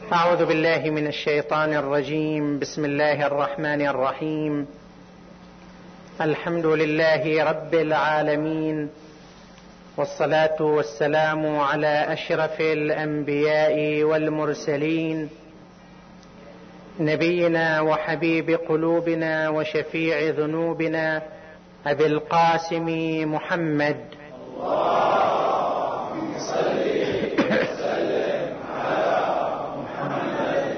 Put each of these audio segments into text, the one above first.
أعوذ بالله من الشيطان الرجيم. بسم الله الرحمن الرحيم. الحمد لله رب العالمين، والصلاة والسلام على أشرف الأنبياء والمرسلين، نبينا وحبيب قلوبنا وشفيع ذنوبنا أبي القاسم محمد. اللهم صل وسلم على محمد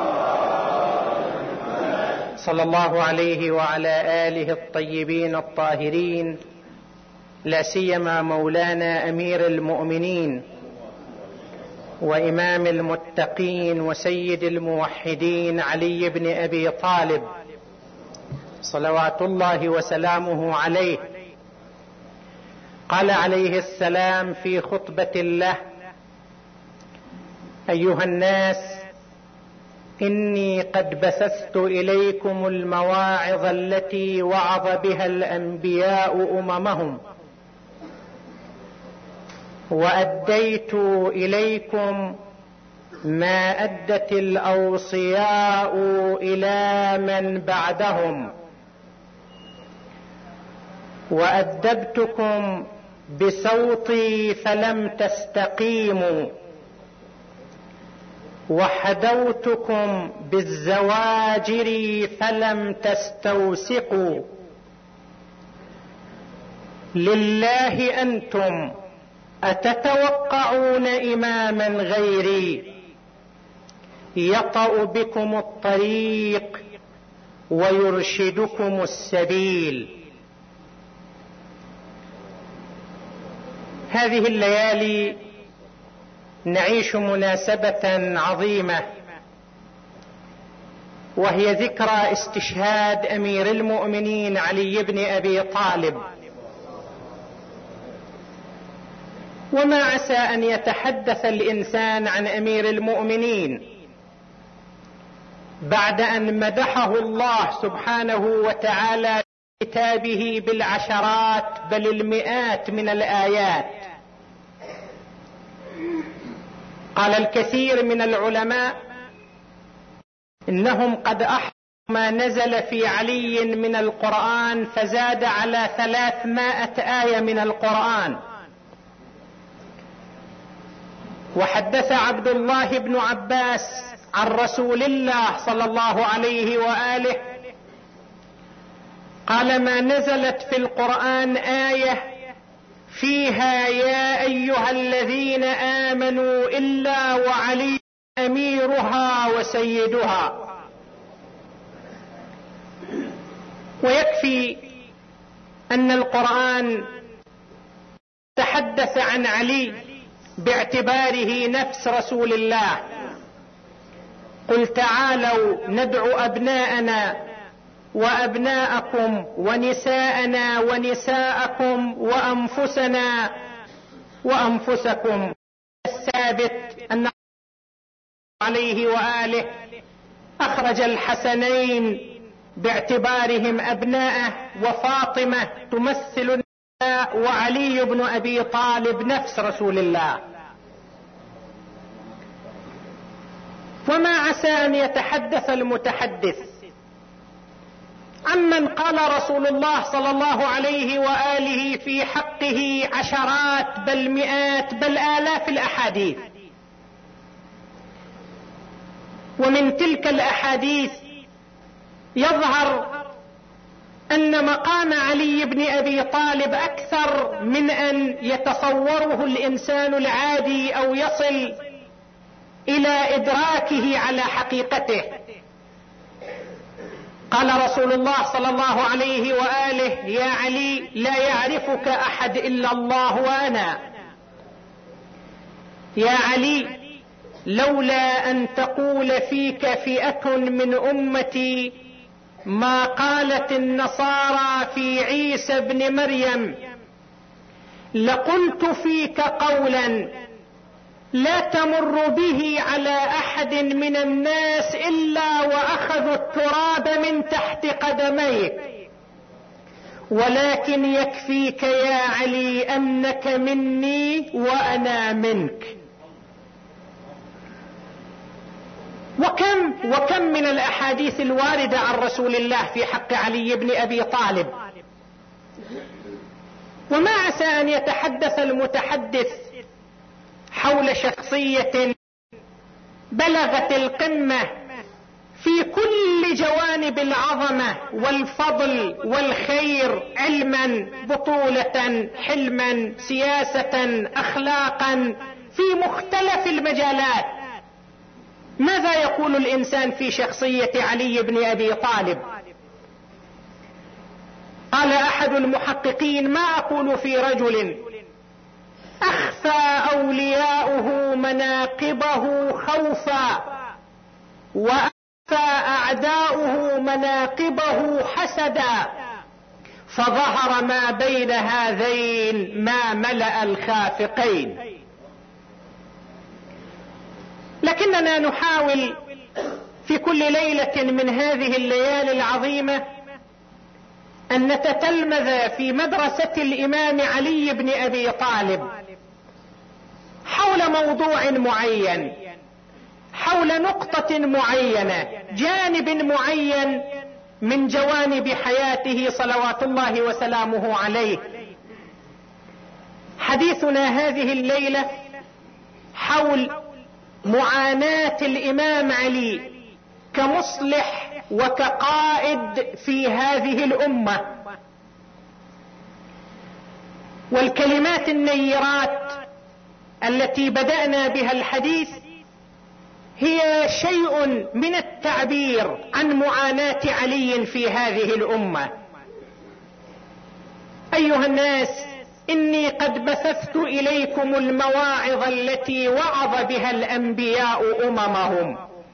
صلى الله عليه وعلى آله الطيبين الطاهرين، لا سيما مولانا أمير المؤمنين وإمام المتقين وسيد الموحدين علي بن أبي طالب صلوات الله وسلامه عليه. قال عليه السلام في خطبة له: أيها الناس، إني قد بثثت إليكم المواعظ التي وعظ بها الأنبياء أممهم، وأديت إليكم ما أدت الأوصياء إلى من بعدهم، وأدبتكم بصوتي فلم تستقيموا، وحدوتكم بالزواجر فلم تستوثقوا. لله أنتم أتتوقعون إماما غيري يطأ بكم الطريق ويرشدكم السبيل؟ هذه الليالي نعيش مناسبة عظيمة، وهي ذكرى استشهاد أمير المؤمنين علي بن أبي طالب. وما عسى أن يتحدث الإنسان عن أمير المؤمنين بعد أن مدحه الله سبحانه وتعالى في كتابه بالعشرات بل المئات من الآيات. قال الكثير من العلماء إنهم قد أحصوا ما نزل في علي من القرآن فزاد على 300 آية من القرآن. وحدث عبد الله بن عباس عن رسول الله صلى الله عليه وآله قال: ما نزلت في القرآن آية فيها يا أيها الذين آمنوا إلا وعلي أميرها وسيدها. ويكفي أن القرآن تحدث عن علي باعتباره نفس رسول الله. قل تعالوا ندعو أبناءنا وأبناءكم ونساءنا ونساءكم وأنفسنا وأنفسكم. الثابت أن عليه وآله أخرج الحسنين باعتبارهم أبناءه، وفاطمة تمثل النساء، وعلي بن أبي طالب نفس رسول الله. وما عسى أن يتحدث المتحدث عمن قال رسول الله صلى الله عليه وآله في حقه عشرات بل مئات بل آلاف الأحاديث. ومن تلك الأحاديث يظهر أن مقام علي بن أبي طالب أكثر من أن يتصوره الإنسان العادي أو يصل إلى إدراكه على حقيقته. قال رسول الله صلى الله عليه وآله: يا علي، لا يعرفك أحد إلا الله وأنا. يا علي، لولا أن تقول فيك فئة من أمتي ما قالت النصارى في عيسى بن مريم، لقلت فيك قولا لا تمر به على أحد من الناس إلا وأخذوا التراب من تحت قدميك، ولكن يكفيك يا علي أنك مني وأنا منك. وكم من الأحاديث الواردة عن رسول الله في حق علي بن أبي طالب. وما عسى أن يتحدث المتحدث حول شخصية بلغت القمة في كل جوانب العظمة والفضل والخير، علما، بطولة، حلما، سياسة، أخلاقا، في مختلف المجالات. ماذا يقول الإنسان في شخصية علي بن أبي طالب؟ قال أحد المحققين: ما أقول في رجل أخفى أولياؤه مناقبه خوفا وأخفى أعداؤه مناقبه حسدا، فظهر ما بين هذين ما ملأ الخافقين. لكننا نحاول في كل ليلة من هذه الليالي العظيمة أن نتتلمذ في مدرسة الإمام علي بن أبي طالب حول موضوع معين، حول نقطة معينة، جانب معين من جوانب حياته صلوات الله وسلامه عليه. حديثنا هذه الليلة حول معاناة الإمام علي كمصلح وكقائد في هذه الأمة. والكلمات النيرات التي بدأنا بها الحديث هي شيء من التعبير عن معاناة علي في هذه الأمة. أيها الناس، إني قد بثثت إليكم المواعظ التي وعظ بها الأنبياء أممهم،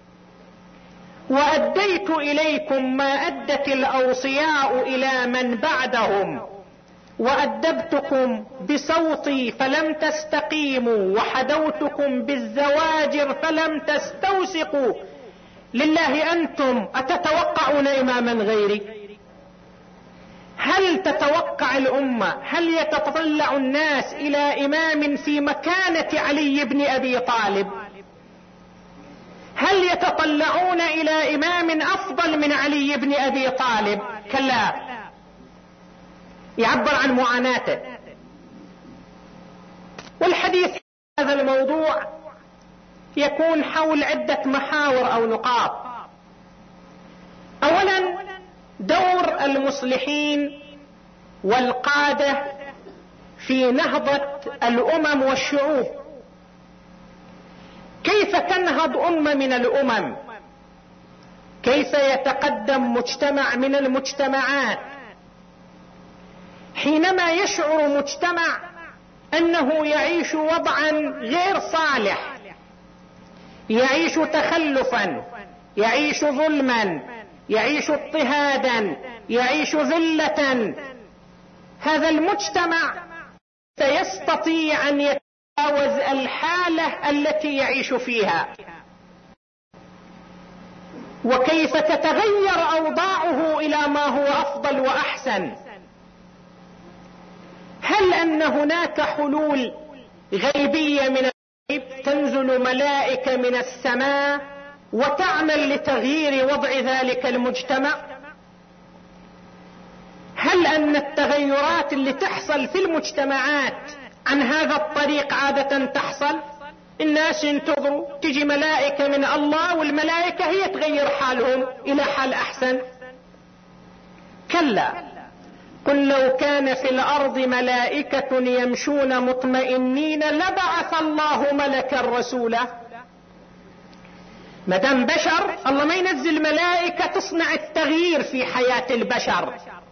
وأديت إليكم ما أدت الأوصياء إلى من بعدهم، وأدبتكم بصوتي فلم تستقيموا، وحدوتكم بالزواجر فلم تستوثقوا. لله أنتم أتتوقعون إماما غيري؟ هل تتوقع الأمة، هل يتطلع الناس إلى إمام في مكانة علي بن أبي طالب؟ هل يتطلعون إلى إمام أفضل من علي بن أبي طالب؟ كلا، يعبر عن معاناته. والحديث في هذا الموضوع يكون حول عدة محاور أو نقاط. أولا، دور المصلحين والقادة في نهضة الأمم والشعوب. كيف تنهض أمة من الأمم؟ كيف يتقدم مجتمع من المجتمعات حينما يشعر مجتمع أنه يعيش وضعا غير صالح، يعيش تخلفا، يعيش ظلما، يعيش اضطهادا، يعيش ذلة؟ هذا المجتمع سيستطيع أن يتجاوز الحالة التي يعيش فيها؟ وكيف تتغير أوضاعه إلى ما هو أفضل وأحسن؟ هل أن هناك حلول غيبية من الغيب، تنزل ملائكة من السماء وتعمل لتغيير وضع ذلك المجتمع؟ هل أن التغيرات اللي تحصل في المجتمعات عن هذا الطريق عادة تحصل؟ الناس ينتظروا تجي ملائكة من الله، والملائكة هي تغير حالهم إلى حال أحسن؟ كلا، قل لو كان في الأرض ملائكة يمشون مطمئنين لبعث الله ملكا رسولا. مدام بشر، الله ما ينزل ملائكة تصنع التغيير في حياة البشر.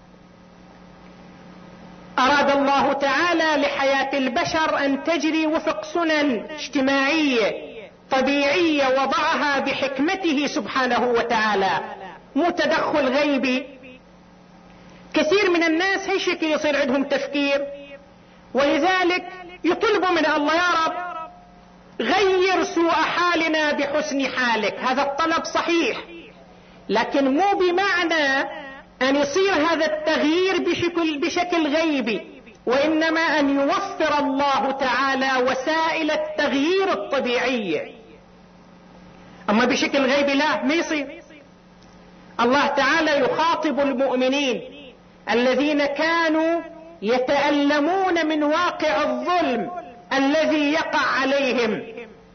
أراد الله تعالى لحياة البشر أن تجري وفق سنن اجتماعية طبيعية وضعها بحكمته سبحانه وتعالى، مو تدخل غيبي. كثير من الناس هالشكل يصير عندهم تفكير، ولذلك يطلبوا من الله: يا رب غير سوء حالنا بحسن حالك. هذا الطلب صحيح، لكن مو بمعنى أن يصير هذا التغيير بشكل غيبي، وإنما أن يوفر الله تعالى وسائل التغيير الطبيعية. اما بشكل غيبي لا، ما يصير. الله تعالى يخاطب المؤمنين الذين كانوا يتألمون من واقع الظلم الذي يقع عليهم،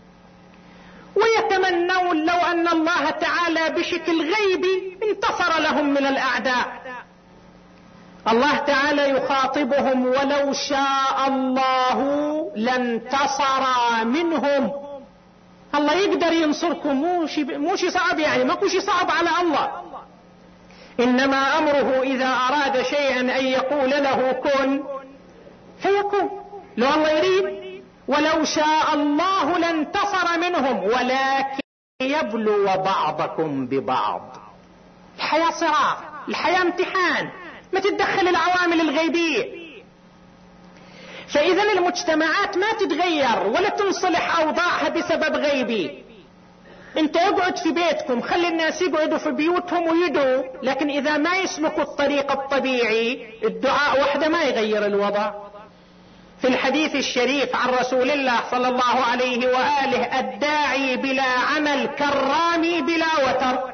ويتمنون لو ان الله تعالى بشكل غيبي انتصر لهم من الاعداء. الله تعالى يخاطبهم: ولو شاء الله لانتصر منهم. الله يقدر ينصركم، مو شيء صعب، يعني ماكو شيء صعب على الله. انما امره اذا اراد شيئا ان يقول له كن فيكون. لو الله يريد ولو شاء الله لانتصر منهم ولكن يبلو بعضكم ببعض. الحياة صراع، الحياة امتحان، ما تتدخل العوامل الغيبية. فاذا المجتمعات ما تتغير ولا تنصلح اوضاعها بسبب غيبي. انت اقعد في بيتكم، خلي الناس يقعدوا في بيوتهم ويدعوا، لكن اذا ما يسلكوا الطريق الطبيعي الدعاء وحده ما يغير الوضع. في الحديث الشريف عن رسول الله صلى الله عليه وآله: الداعي بلا عمل كالرامي بلا وتر.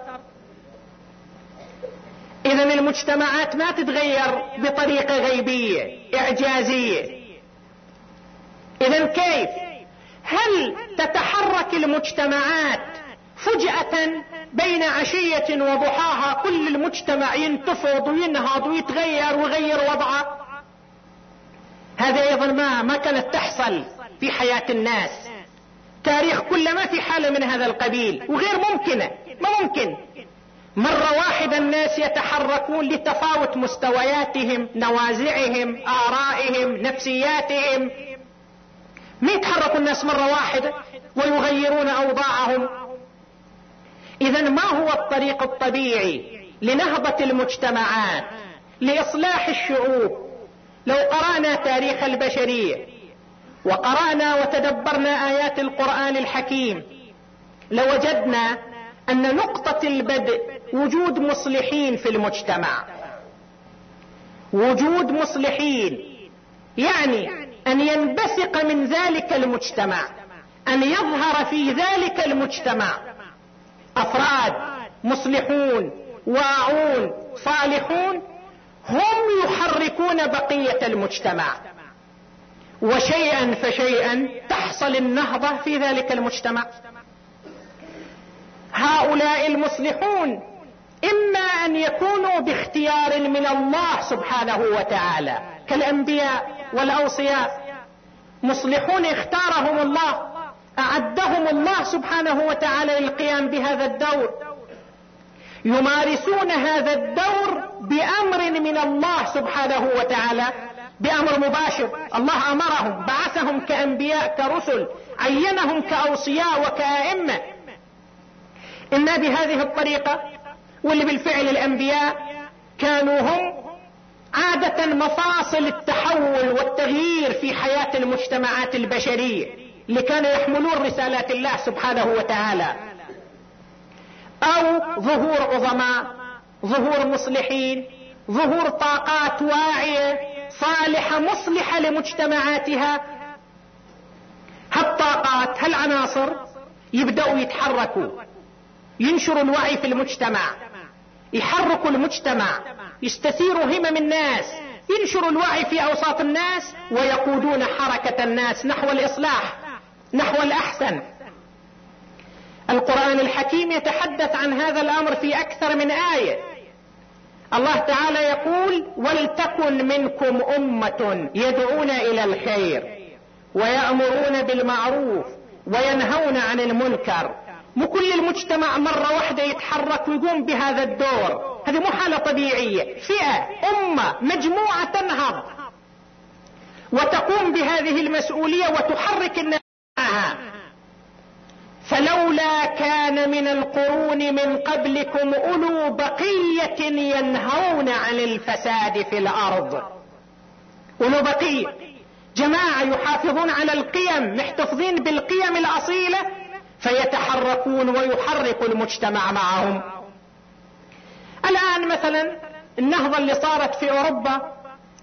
اذا المجتمعات ما تتغير بطريقة غيبية إعجازية. اذا كيف؟ هل تتحرك المجتمعات فجأة بين عشية وضحاها كل المجتمع ينتفض وينهض ويتغير ويغير وضعه؟ هذا ايضا ما كانت تحصل في حياة الناس. تاريخ كله ما في حالة من هذا القبيل، وغير ممكنة. ما ممكن مرة واحدة الناس يتحركون لتفاوت مستوياتهم، نوازعهم، آرائهم، نفسياتهم. ما يتحركوا الناس مرة واحدة ويغيرون أوضاعهم. إذا ما هو الطريق الطبيعي لنهضة المجتمعات، لإصلاح الشعوب؟ لو قرأنا تاريخ البشرية وقرأنا وتدبرنا آيات القرآن الحكيم لوجدنا أن نقطة البدء وجود مصلحين في المجتمع. وجود مصلحين يعني أن ينبثق من ذلك المجتمع، أن يظهر في ذلك المجتمع أفراد مصلحون واعون صالحون هم يحركون بقية المجتمع، وشيئا فشيئا تحصل النهضة في ذلك المجتمع. هؤلاء المصلحون إما أن يكونوا باختيار من الله سبحانه وتعالى كالأنبياء والأوصياء، مصلحون اختارهم الله، أعدهم الله سبحانه وتعالى للقيام بهذا الدور، يمارسون هذا الدور بأمر من الله سبحانه وتعالى، بأمر مباشر. الله أمرهم، بعثهم كأنبياء كرسل، عينهم كأوصياء وكأئمة. إما بهذه الطريقة، واللي بالفعل الأنبياء كانوا هم عادة مفاصل التحول والتغيير في حياة المجتمعات البشرية، اللي كانوا يحملون رسالات الله سبحانه وتعالى. أو ظهور عظماء، ظهور مصلحين، ظهور طاقات واعية صالحة مصلحة لمجتمعاتها. هالطاقات هالعناصر يبدأوا يتحركوا، ينشروا الوعي في المجتمع، يحركوا المجتمع، يستثيروا همم الناس، ينشروا الوعي في أوساط الناس، ويقودون حركة الناس نحو الإصلاح، نحو الأحسن. القرآن الحكيم يتحدث عن هذا الأمر في أكثر من آية. الله تعالى يقول: ولتكن منكم أمة يدعون إلى الخير ويأمرون بالمعروف وينهون عن المنكر. مو كل المجتمع مرة واحدة يتحرك ويقوم بهذا الدور، هذه مو حالة طبيعية. فئة، أمة، مجموعة تنهض وتقوم بهذه المسؤولية وتحرك الناس معها. فلولا كان من القرون من قبلكم أولو بقية ينهون عن الفساد في الأرض. أولو بقية، جماعة يحافظون على القيم، محتفظين بالقيم الأصيلة، فيتحركون ويحركوا المجتمع معهم. الآن مثلا النهضة اللي صارت في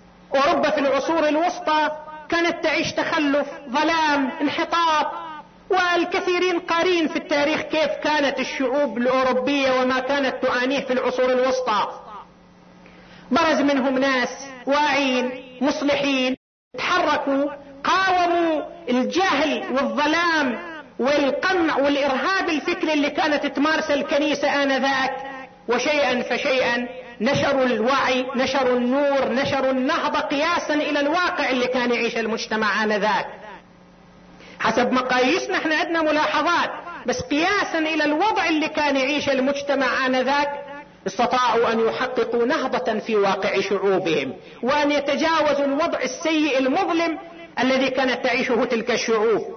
أوروبا في العصور الوسطى كانت تعيش تخلف، ظلام، انحطاط، والكثيرين قارين في التاريخ كيف كانت الشعوب الأوروبية وما كانت تعانيه في العصور الوسطى. برز منهم ناس واعين مصلحين، تحركوا، قاوموا الجهل والظلام والقمع والإرهاب الفكري اللي كانت تمارس الكنيسة آنذاك، وشيئا فشيئا نشروا الوعي، نشروا النور، نشروا النهضة قياسا إلى الواقع اللي كان يعيش المجتمع آنذاك. حسب مقاييسنا احنا عندنا ملاحظات، بس قياسا إلى الوضع اللي كان يعيش المجتمع آنذاك استطاعوا أن يحققوا نهضة في واقع شعوبهم، وأن يتجاوزوا الوضع السيء المظلم الذي كانت تعيشه تلك الشعوب.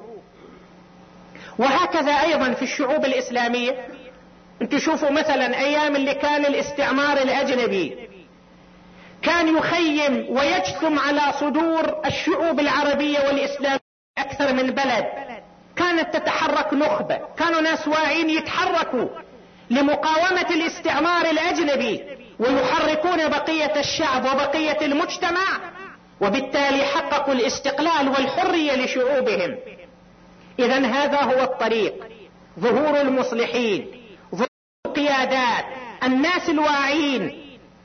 وهكذا أيضا في الشعوب الإسلامية. انتوا شوفوا مثلا أيام اللي كان الاستعمار الأجنبي كان يخيم ويجثم على صدور الشعوب العربية والإسلامية أكثر من بلد، كانت تتحرك نخبة، كانوا ناس واعين يتحركوا لمقاومة الاستعمار الأجنبي ويحركون بقية الشعب وبقية المجتمع، وبالتالي حققوا الاستقلال والحرية لشعوبهم. إذن هذا هو الطريق، ظهور المصلحين، ظهور القيادات، الناس الواعين.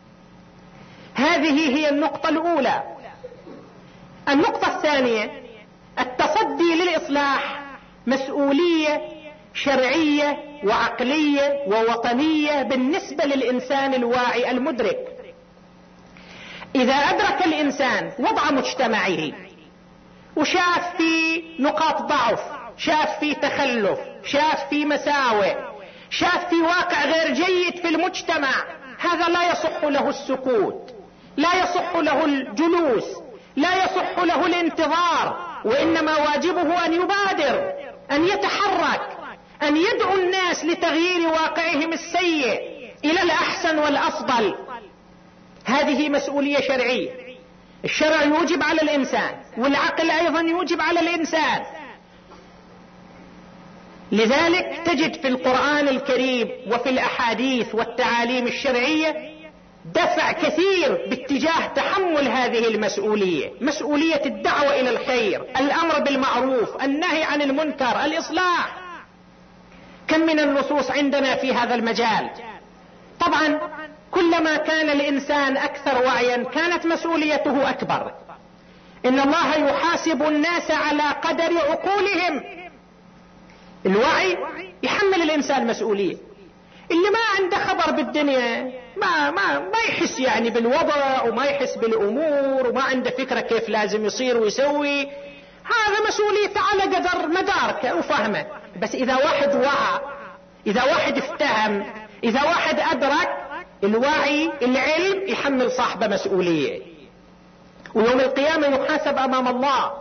هذه هي النقطة الأولى. النقطة الثانية، التصدي للإصلاح مسؤولية شرعية وعقلية ووطنية بالنسبة للإنسان الواعي المدرك. إذا أدرك الإنسان وضع مجتمعه وشاف في نقاط ضعف، شاف في تخلف، شاف في مساوئ، شاف في واقع غير جيد في المجتمع، هذا لا يصح له السكوت، لا يصح له الجلوس، لا يصح له الانتظار، وإنما واجبه أن يبادر، أن يتحرك، أن يدعو الناس لتغيير واقعهم السيء إلى الأحسن والأفضل. هذه مسؤولية شرعية، الشرع يوجب على الإنسان، والعقل أيضا يوجب على الإنسان. لذلك تجد في القرآن الكريم وفي الأحاديث والتعاليم الشرعية دفع كثير باتجاه تحمل هذه المسؤولية، مسؤولية الدعوة إلى الخير، الأمر بالمعروف، النهي عن المنكر، الإصلاح. كم من النصوص عندنا في هذا المجال. طبعا كلما كان الإنسان أكثر وعيا كانت مسؤوليته أكبر. إن الله يحاسب الناس على قدر عقولهم. الوعي يحمل الإنسان مسؤولية. اللي ما عنده خبر بالدنيا ما يحس يعني بالوضع، وما يحس بالأمور، وما عنده فكرة كيف لازم يصير ويسوي، هذا مسؤوليته على قدر مداركه وفهمه. بس إذا واحد وعى، إذا واحد افتهم، إذا واحد أدرك، الوعي العلم يحمل صاحبه مسؤولية، ويوم القيامة يحاسب أمام الله.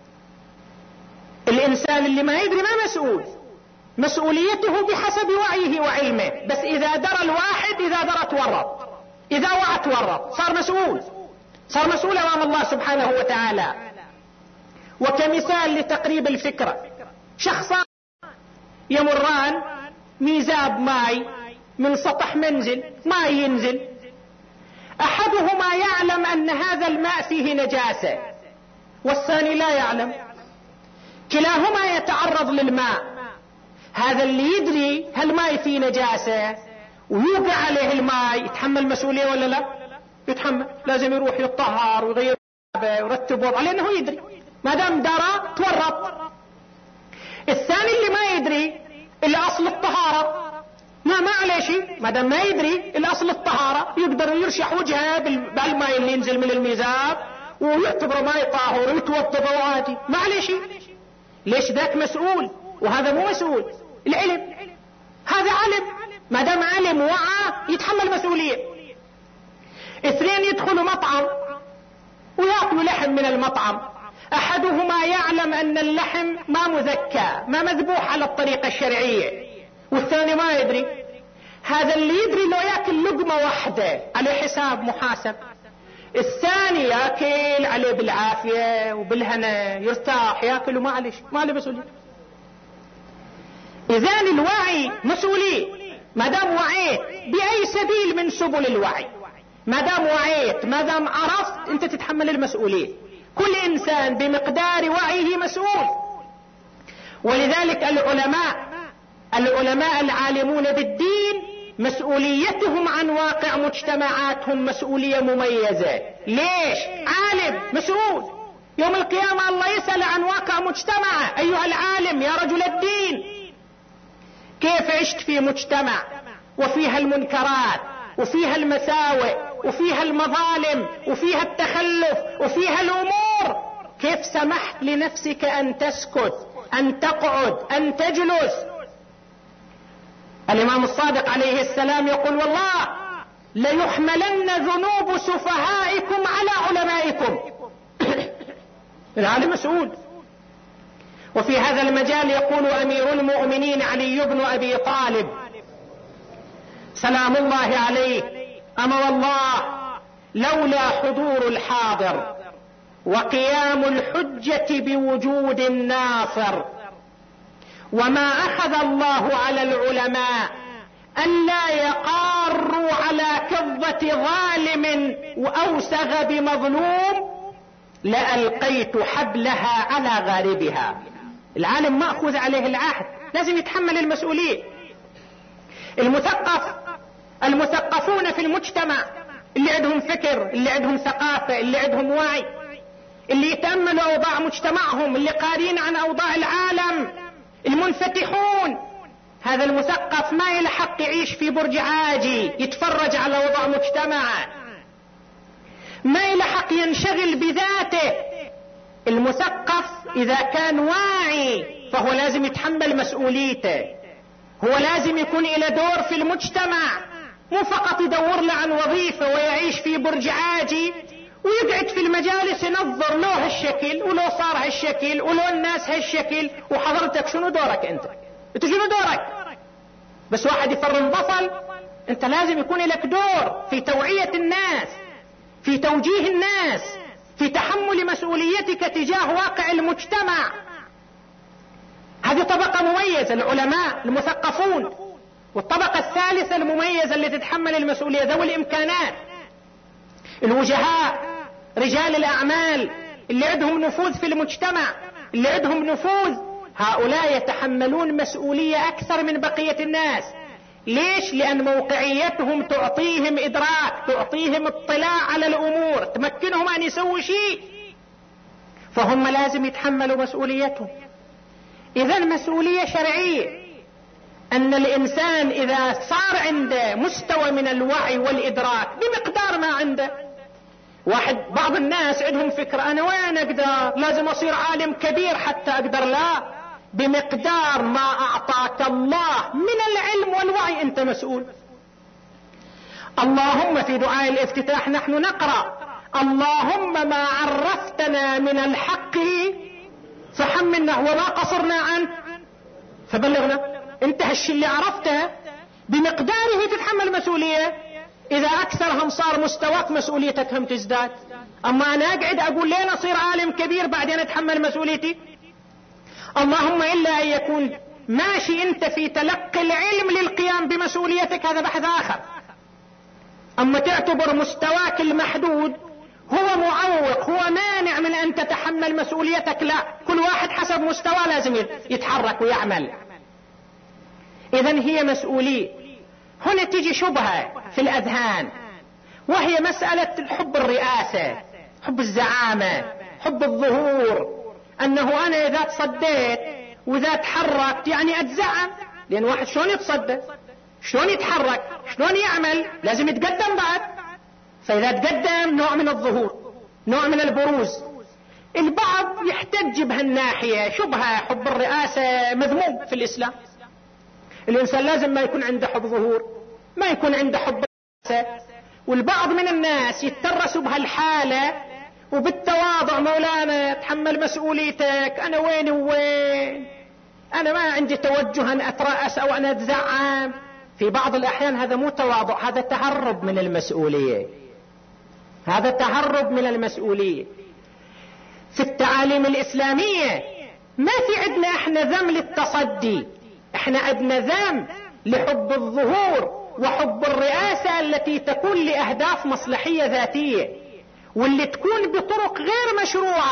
الإنسان اللي ما يدري ما مسؤول، مسؤوليته بحسب وعيه وعلمه. بس إذا درى الواحد، إذا درى تورط، إذا وعى تورط، صار مسؤول، صار مسؤول أمام الله سبحانه وتعالى. وكمثال لتقريب الفكرة، شخصان يمران ميزاب ماء من سطح منزل، ماء ينزل، أحدهما يعلم أن هذا الماء فيه نجاسة والثاني لا يعلم، كلاهما يتعرض للماء. هذا اللي يدري هالماء فيه نجاسة ويوقع عليه الماء يتحمل مسؤولية ولا لا؟ يتحمل، لازم يروح يطهر ويغير ويرتب وضعه لأنه يدري. ما دام درى تورط. الثاني اللي ما يدري الأصل الطهارة، ما عليه شيء، ما دام ما يدري الأصل الطهارة يقدر يرشح وجهه بالماء اللي ينزل من الميزاب ويعتبره ماء طاهر ويتوضا عادي، ما عليه شيء. ليش؟ ذاك مسؤول وهذا مو مسؤول. العلم، هذا علم، ما دام علم وعى يتحمل مسؤولية. اثنين يدخلوا مطعم ويأكلوا لحم من المطعم، أحدهما يعلم أن اللحم ما مذكى، ما مذبوح على الطريقة الشرعية، والثاني ما يدري. هذا اللي يدري لو يأكل لقمة واحدة على حساب محاسب، الثاني يأكل عليه بالعافية وبالهنا، يرتاح يأكل وما عليه شيء، ما عليه مسؤولية. إذن الوعي مسؤولية. ما دام وعيت بأي سبيل من سبل الوعي، ما دام وعيت، ما دام عرفت، أنت تتحمل المسؤولية. كل إنسان بمقدار وعيه مسؤول. ولذلك العلماء العالمون بالدين مسؤوليتهم عن واقع مجتمعاتهم مسؤولية مميزة. ليش؟ عالم مسؤول يوم القيامة الله يسأل عن واقع مجتمعه. أيها العالم يا رجل الدين، كيف عشت في مجتمع وفيها المنكرات وفيها المساوئ وفيها المظالم وفيها التخلف وفيها الأمور، كيف سمحت لنفسك أن تسكت، أن تقعد، أن تجلس؟ الإمام الصادق عليه السلام يقول: والله ليحملن ذنوب سفهائكم على علمائكم. العالم مسؤول. وفي هذا المجال يقول أمير المؤمنين علي بن أبي طالب سلام الله عليه: أما والله لولا حضور الحاضر وقيام الحجة بوجود الناصر وما أخذ الله على العلماء ألا يقاروا على كظة ظالم وأوسغ بمظلوم لألقيت حبلها على غاربها. العالم مأخوذ عليه العهد، لازم يتحمل المسؤولية. المثقفون في المجتمع، اللي عندهم فكر، اللي عندهم ثقافة، اللي عندهم وعي، اللي يتأملوا أوضاع مجتمعهم، اللي قارين عن أوضاع العالم، المنفتحون. هذا المثقف ما يلحق يعيش في برج عاجي يتفرج على وضع مجتمعه، ما يلحق ينشغل بذاته. المثقف إذا كان واعي فهو لازم يتحمل مسؤوليته، هو لازم يكون له دور في المجتمع، مو فقط يدور له عن وظيفة ويعيش في برج عاجي ويقعد في المجالس ينظر له هالشكل ولو صار هالشكل ولو الناس هالشكل. وحضرتك شنو دورك انت شنو دورك؟ بس واحد يفرم بصل. انت لازم يكون لك دور في توعية الناس، في توجيه الناس، في تحمل مسؤوليتك تجاه واقع المجتمع. هذه طبقة مميزة، العلماء المثقفون. والطبقة الثالثة المميزة اللي تتحمل المسؤولية ذوي الإمكانات، الوجهاء، رجال الأعمال اللي عندهم نفوذ في المجتمع، اللي عندهم نفوذ. هؤلاء يتحملون مسؤولية أكثر من بقية الناس. ليش؟ لأن موقعيتهم تعطيهم إدراك، تعطيهم اطلاع على الأمور، تمكنهم أن يسووا شيء، فهم لازم يتحملوا مسؤوليتهم. إذن مسؤولية شرعية، أن الإنسان إذا صار عنده مستوى من الوعي والإدراك بمقدار ما عنده. بعض الناس عندهم فكرة: أنا وين أقدر؟ لازم أصير عالم كبير حتى أقدر. لا، بمقدار ما أعطاك الله من العلم والوعي أنت مسؤول. اللهم في دعاء الافتتاح نحن نقرأ: اللهم ما عرفتنا من الحق فحملنا وما قصرنا عنه فبلغنا. انت هالشي اللي عرفته بمقداره تتحمل مسؤولية. إذا أكثرهم صار مستواك مسؤوليتك هم تزداد. أما أنا أقعد أقول لين أصير عالم كبير بعدين أتحمل مسؤوليتي؟ اللهم إلا أن يكون ماشي أنت في تلقي العلم للقيام بمسؤوليتك، هذا بحث آخر. أما تعتبر مستواك المحدود هو معوق، هو مانع من أن تتحمل مسؤوليتك، لا، كل واحد حسب مستواه لازم يتحرك ويعمل. إذن هي مسؤولية. هنا تيجي شبهة في الأذهان، وهي مسألة حب الرئاسة، حب الزعامة، حب الظهور، أنه أنا إذا تصديت وإذا تحركت يعني أتزعم. لأن واحد شلون يتصدى، شلون يتحرك، شلون يعمل، لازم يتقدم بعد. فإذا تقدم نوع من الظهور، نوع من البروز. البعض يحتج بهالناحية، شبهة حب الرئاسة مذموم في الإسلام. الإنسان لازم ما يكون عنده حب ظهور، ما يكون عنده حب الرئاسة. والبعض من الناس يترسوا بهالحالة وبالتواضع: مولانا تحمل مسؤوليتك، أنا وين وين، أنا ما عندي توجه أن أترأس أو أن أتزعم. في بعض الأحيان هذا مو تواضع، هذا تهرب من المسؤولية، هذا تهرب من المسؤولية. في التعاليم الإسلامية ما في عندنا احنا ذم للتصدي، احنا عندنا ذم لحب الظهور وحب الرئاسة التي تكون لأهداف مصلحية ذاتية، واللي تكون بطرق غير مشروعة.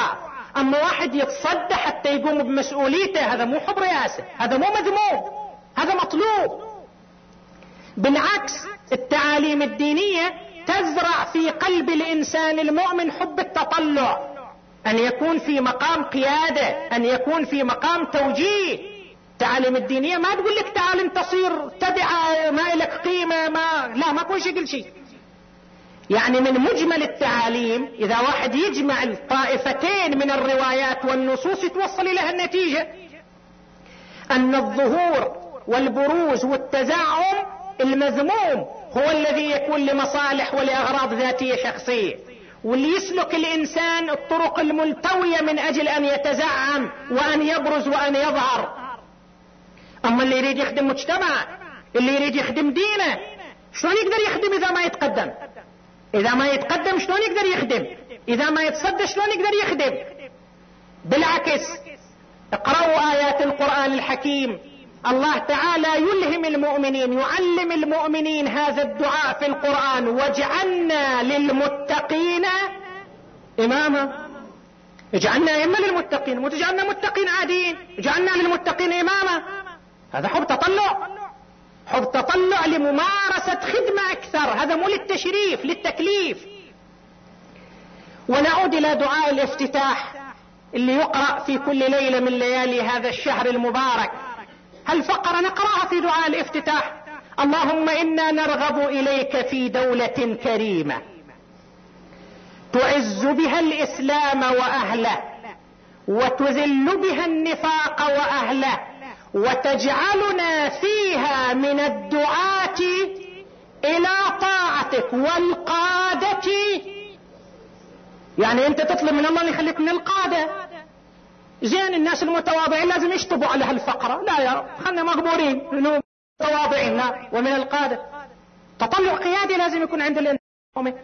اما واحد يتصدى حتى يقوم بمسؤوليته، هذا مو حب رئاسة، هذا مو مذموم، هذا مطلوب. بالعكس، التعاليم الدينية تزرع في قلب الانسان المؤمن حب التطلع، ان يكون في مقام قيادة، ان يكون في مقام توجيه. التعاليم الدينية ما تقول لك تعال انت تصير تبع ما لك قيمة، ما كون شكل شيء. يعني من مجمل التعاليم اذا واحد يجمع الطائفتين من الروايات والنصوص توصل الى النتيجة ان الظهور والبروز والتزعم المذموم هو الذي يكون لمصالح ولأغراض ذاتية شخصية، واللي يسلك الانسان الطرق الملتوية من اجل ان يتزعم وان يبرز وان يظهر. اما اللي يريد يخدم مجتمع، اللي يريد يخدم دينه، شلون يقدر يخدم اذا ما يتقدم؟ اذا ما يتقدم شلون يقدر يخدم؟ اذا ما يتصدى شلون يقدر يخدم؟ بالعكس، اقرأوا آيات القرآن الحكيم، الله تعالى يلهم المؤمنين، يعلم المؤمنين هذا الدعاء في القرآن: واجعلنا للمتقين إماما. اجعلنا أئمة للمتقين، مو تجعلنا متقين عاديين، اجعلنا للمتقين إماما. هذا حب تطلع، حب تطلع لممارسة خدمة أكثر، هذا مو للتشريف، للتكليف. ونعود إلى دعاء الافتتاح اللي يقرأ في كل ليلة من ليالي هذا الشهر المبارك. هالفقرة نقرأها في دعاء الافتتاح: اللهم إنا نرغب إليك في دولة كريمة تعز بها الإسلام وأهله، وتذل بها النفاق وأهله، وتجعلنا فيها من الدعاة إلى طاعتك والقادة. يعني أنت تطلب من الله أن يخليك من القادة. زين، الناس المتواضعين لازم يشطبوا على هالفقرة، لا يا رب خلنا مغبورين متواضعين، لا، ومن القادة. تطلع قيادي لازم يكون عند الانسان،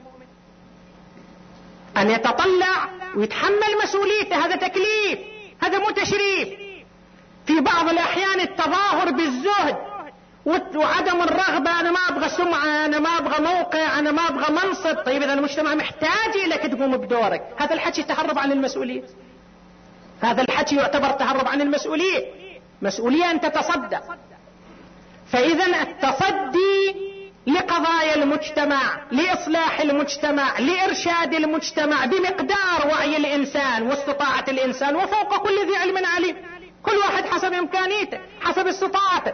أن يتطلع ويتحمل مسؤوليته، هذا تكليف، هذا مو تشريف. في بعض الأحيان التظاهر بالزهد وعدم الرغبة، أنا ما أبغى سمعة، أنا ما أبغى موقع، أنا ما أبغى منصب. طيب إذا المجتمع محتاج لك تقوم بدورك، هذا الحكي تهرب عن المسؤولية، هذا الحكي يعتبر تهرب عن المسؤولية. مسؤولية أن تتصدى. فإذا التصدي لقضايا المجتمع، لإصلاح المجتمع، لإرشاد المجتمع بمقدار وعي الإنسان واستطاعة الإنسان، وفوق كل ذي علم عليم، كل واحد حسب إمكانيته حسب استطاعته.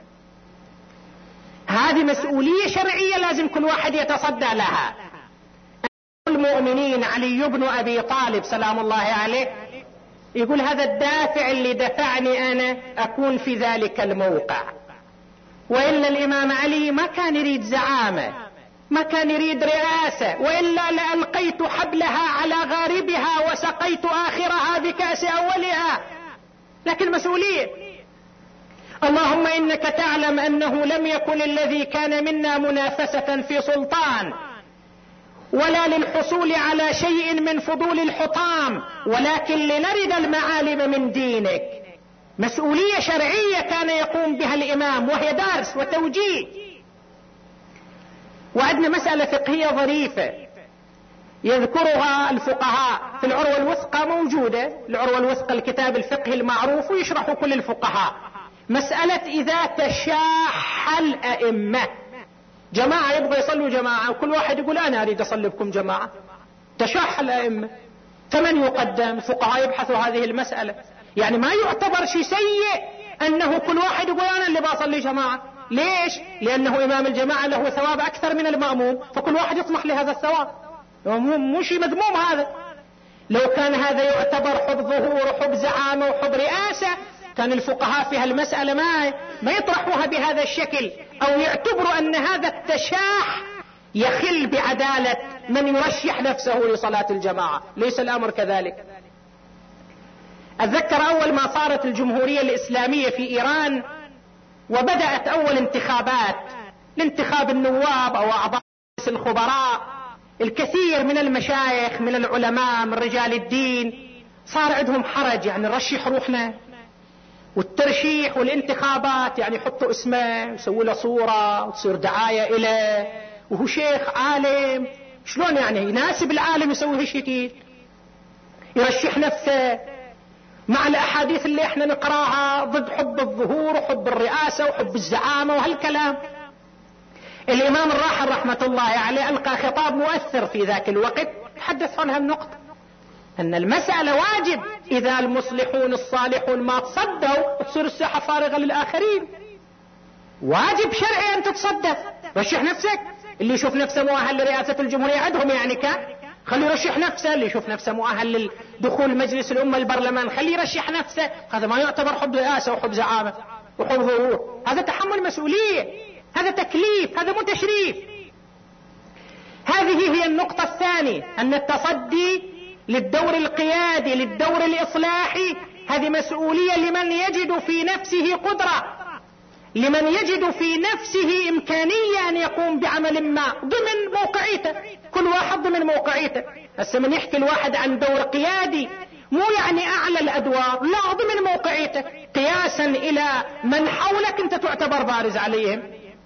هذه مسؤولية شرعية لازم كل واحد يتصدى لها. المؤمنين علي بن أبي طالب سلام الله عليه يقول: هذا الدافع اللي دفعني أنا أكون في ذلك الموقع. وإلا الإمام علي ما كان يريد زعامة، ما كان يريد رئاسة، وإلا لألقيت حبلها على غاربها وسقيت آخرها بكأس أولها. لكن مسؤولية. اللهم إنك تعلم أنه لم يكن الذي كان منا منافسة في سلطان، ولا للحصول على شيء من فضول الحطام، ولكن لنرد المعالم من دينك. مسؤولية شرعية كان يقوم بها الإمام، وهي درس وتوجيه. وعندنا مسألة فقهية ظريفة يذكرها الفقهاء في العروة الوثقى، موجودة العروة الوثقى الكتاب الفقهي المعروف ويشرحه كل الفقهاء. مسألة إذا تشاح الأئمة، جماعة يبغى يصلوا جماعة وكل واحد يقول أنا أريد أصلي بكم جماعة، تشاح الأئمة، فمن يقدم؟ الفقهاء يبحثوا هذه المسألة. يعني ما يعتبر شيء سيء أنه كل واحد يقول أنا اللي بصلي جماعة. ليش؟ لأنه إمام الجماعة له ثواب أكثر من المأموم، فكل واحد يطمح لهذا الثواب، مو شيء مذموم هذا. لو كان هذا يعتبر حب ظهور وحب زعامة وحب رئاسة، كان الفقهاء في هالمسألة ما يطرحوها بهذا الشكل، أو يعتبروا أن هذا التشاح يخل بعدالة من يرشح نفسه لصلاة الجماعة. ليس الأمر كذلك. أتذكر أول ما صارت الجمهورية الإسلامية في إيران وبدأت أول انتخابات لانتخاب النواب أو أعضاء الخبراء، الكثير من المشايخ من العلماء من رجال الدين صار عندهم حرج، يعني نرشح روحنا، والترشيح والانتخابات يعني يحطوا اسمه ويسوي له صورة وتصير دعاية إليه، وهو شيخ عالم، شلون يعني يناسب العالم يسوي هالشكل؟ يرشح نفسه مع الأحاديث اللي احنا نقراها ضد حب الظهور وحب الرئاسة وحب الزعامة وهالكلام. الإمام الراحل رحمة الله عليه ألقى خطاب مؤثر في ذاك الوقت تحدث عن هالنقطة، أن المسألة واجب إذا المصلحون الصالحون ما تصدوا تصير الساحة فارغة للآخرين. واجب شرعي أن تتصدى، رشح نفسك. اللي يشوف نفسه مؤهل لرئاسة الجمهورية عندهم يعني خلي يرشح نفسه. اللي يشوف نفسه مؤهل لدخول مجلس الأمة البرلمان خلي يرشح نفسه. هذا ما يعتبر حب رئاسة وحب زعامة وحب ظهور، هذا تحمل مسؤولية، هذا تكليف، هذا مو تشريف. هذه هي النقطة الثانية، أن التصدي للدور القيادي للدور الإصلاحي هذه مسؤولية لمن يجد في نفسه قدرة، لمن يجد في نفسه إمكانية أن يقوم بعمل ما ضمن موقعيته. كل واحد ضمن موقعيته. هسه من يحكي الواحد عن دور قيادي مو يعني أعلى الأدوار، لا، ضمن موقعيته قياسا إلى من حولك أنت تعتبر بارز عليهم.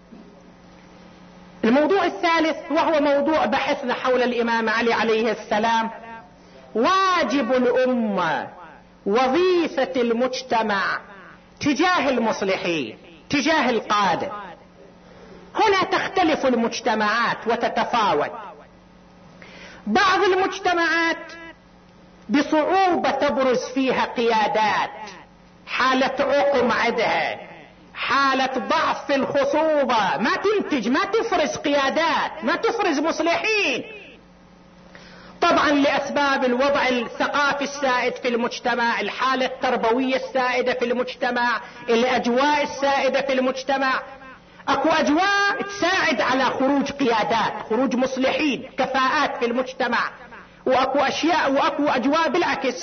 الموضوع الثالث وهو موضوع بحثنا حول الإمام علي عليه السلام، واجب الأمة، وظيفة المجتمع تجاه المصلحين، تجاه القادة. هنا تختلف المجتمعات وتتفاوت. بعض المجتمعات بصعوبة تبرز فيها قيادات، حالة عقم عندها، حالة ضعف في الخصوبة، ما تنتج، ما تفرز قيادات، ما تفرز مصلحين. طبعا لأسباب الوضع الثقافي السائد في المجتمع، الحالة التربوية السائدة في المجتمع، الأجواء السائدة في المجتمع. أكو أجواء تساعد على خروج قيادات، خروج مصلحين، كفاءات في المجتمع. وأكو أشياء وأكو أجواء بالعكس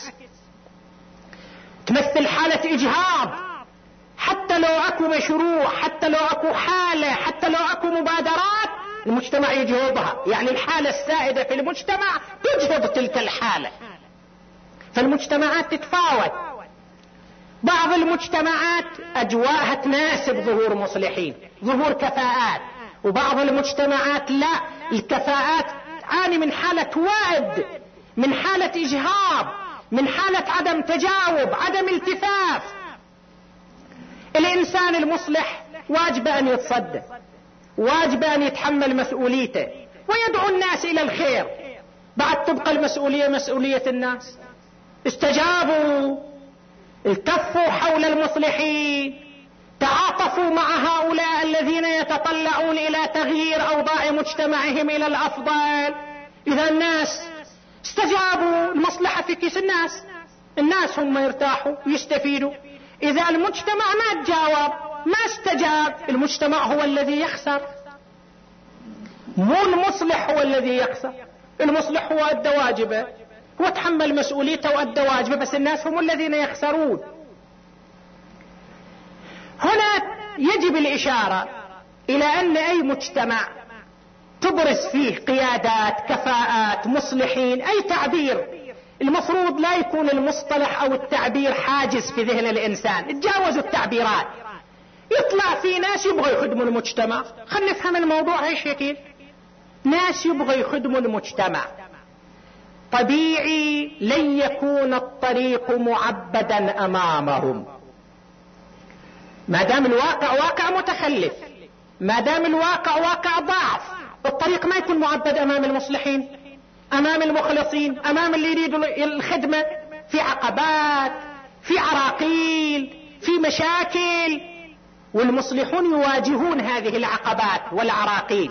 تمثل حالة إجهاض. حتى لو أكو مشروع، حتى لو أكو حالة، حتى لو أكو مبادرات، المجتمع يجهضها. يعني الحالة السائدة في المجتمع تجهض تلك الحالة. فالمجتمعات تتفاوت. بعض المجتمعات أجواءها تناسب ظهور مصلحين، ظهور كفاءات. وبعض المجتمعات لا، الكفاءات تعاني من حالة وعد، من حالة إجهاض، من حالة عدم تجاوب، عدم التفاف. الإنسان المصلح واجب أن يتصدى، واجب أن يتحمل مسؤوليته ويدعو الناس إلى الخير. بعد تبقى المسؤولية مسؤولية الناس. استجابوا، التفوا حول المصلحين، تعاطفوا مع هؤلاء الذين يتطلعون إلى تغيير أوضاع مجتمعهم إلى الأفضل. إذا الناس استجابوا، المصلحة في كيس الناس، الناس هم يرتاحوا ويستفيدوا. إذا المجتمع ما تجاوب، ما استجاب، المجتمع هو الذي يخسر، مو المصلح هو الذي يخسر. المصلح هو أدى واجبه، هو تحمل مسؤوليته وأدى واجبه، بس الناس هم الذين يخسرون. هنا يجب الإشارة إلى أن أي مجتمع تبرز فيه قيادات، كفاءات، مصلحين، أي تعبير، المفروض لا يكون المصطلح أو التعبير حاجز في ذهن الإنسان. تجاوزوا التعبيرات. يطلع في ناس يبغوا يخدموا المجتمع. خلينا نفهم الموضوع هاي شكل. ناس يبغوا يخدموا المجتمع، طبيعي لن يكون الطريق معبدا أمامهم. ما دام الواقع واقع متخلف، ما دام الواقع واقع ضعف، الطريق ما يكون معبد أمام المصلحين، أمام المخلصين، أمام اللي يريدوا الخدمة. في عقبات، في عراقيل، في مشاكل، والمصلحون يواجهون هذه العقبات والعراقيل.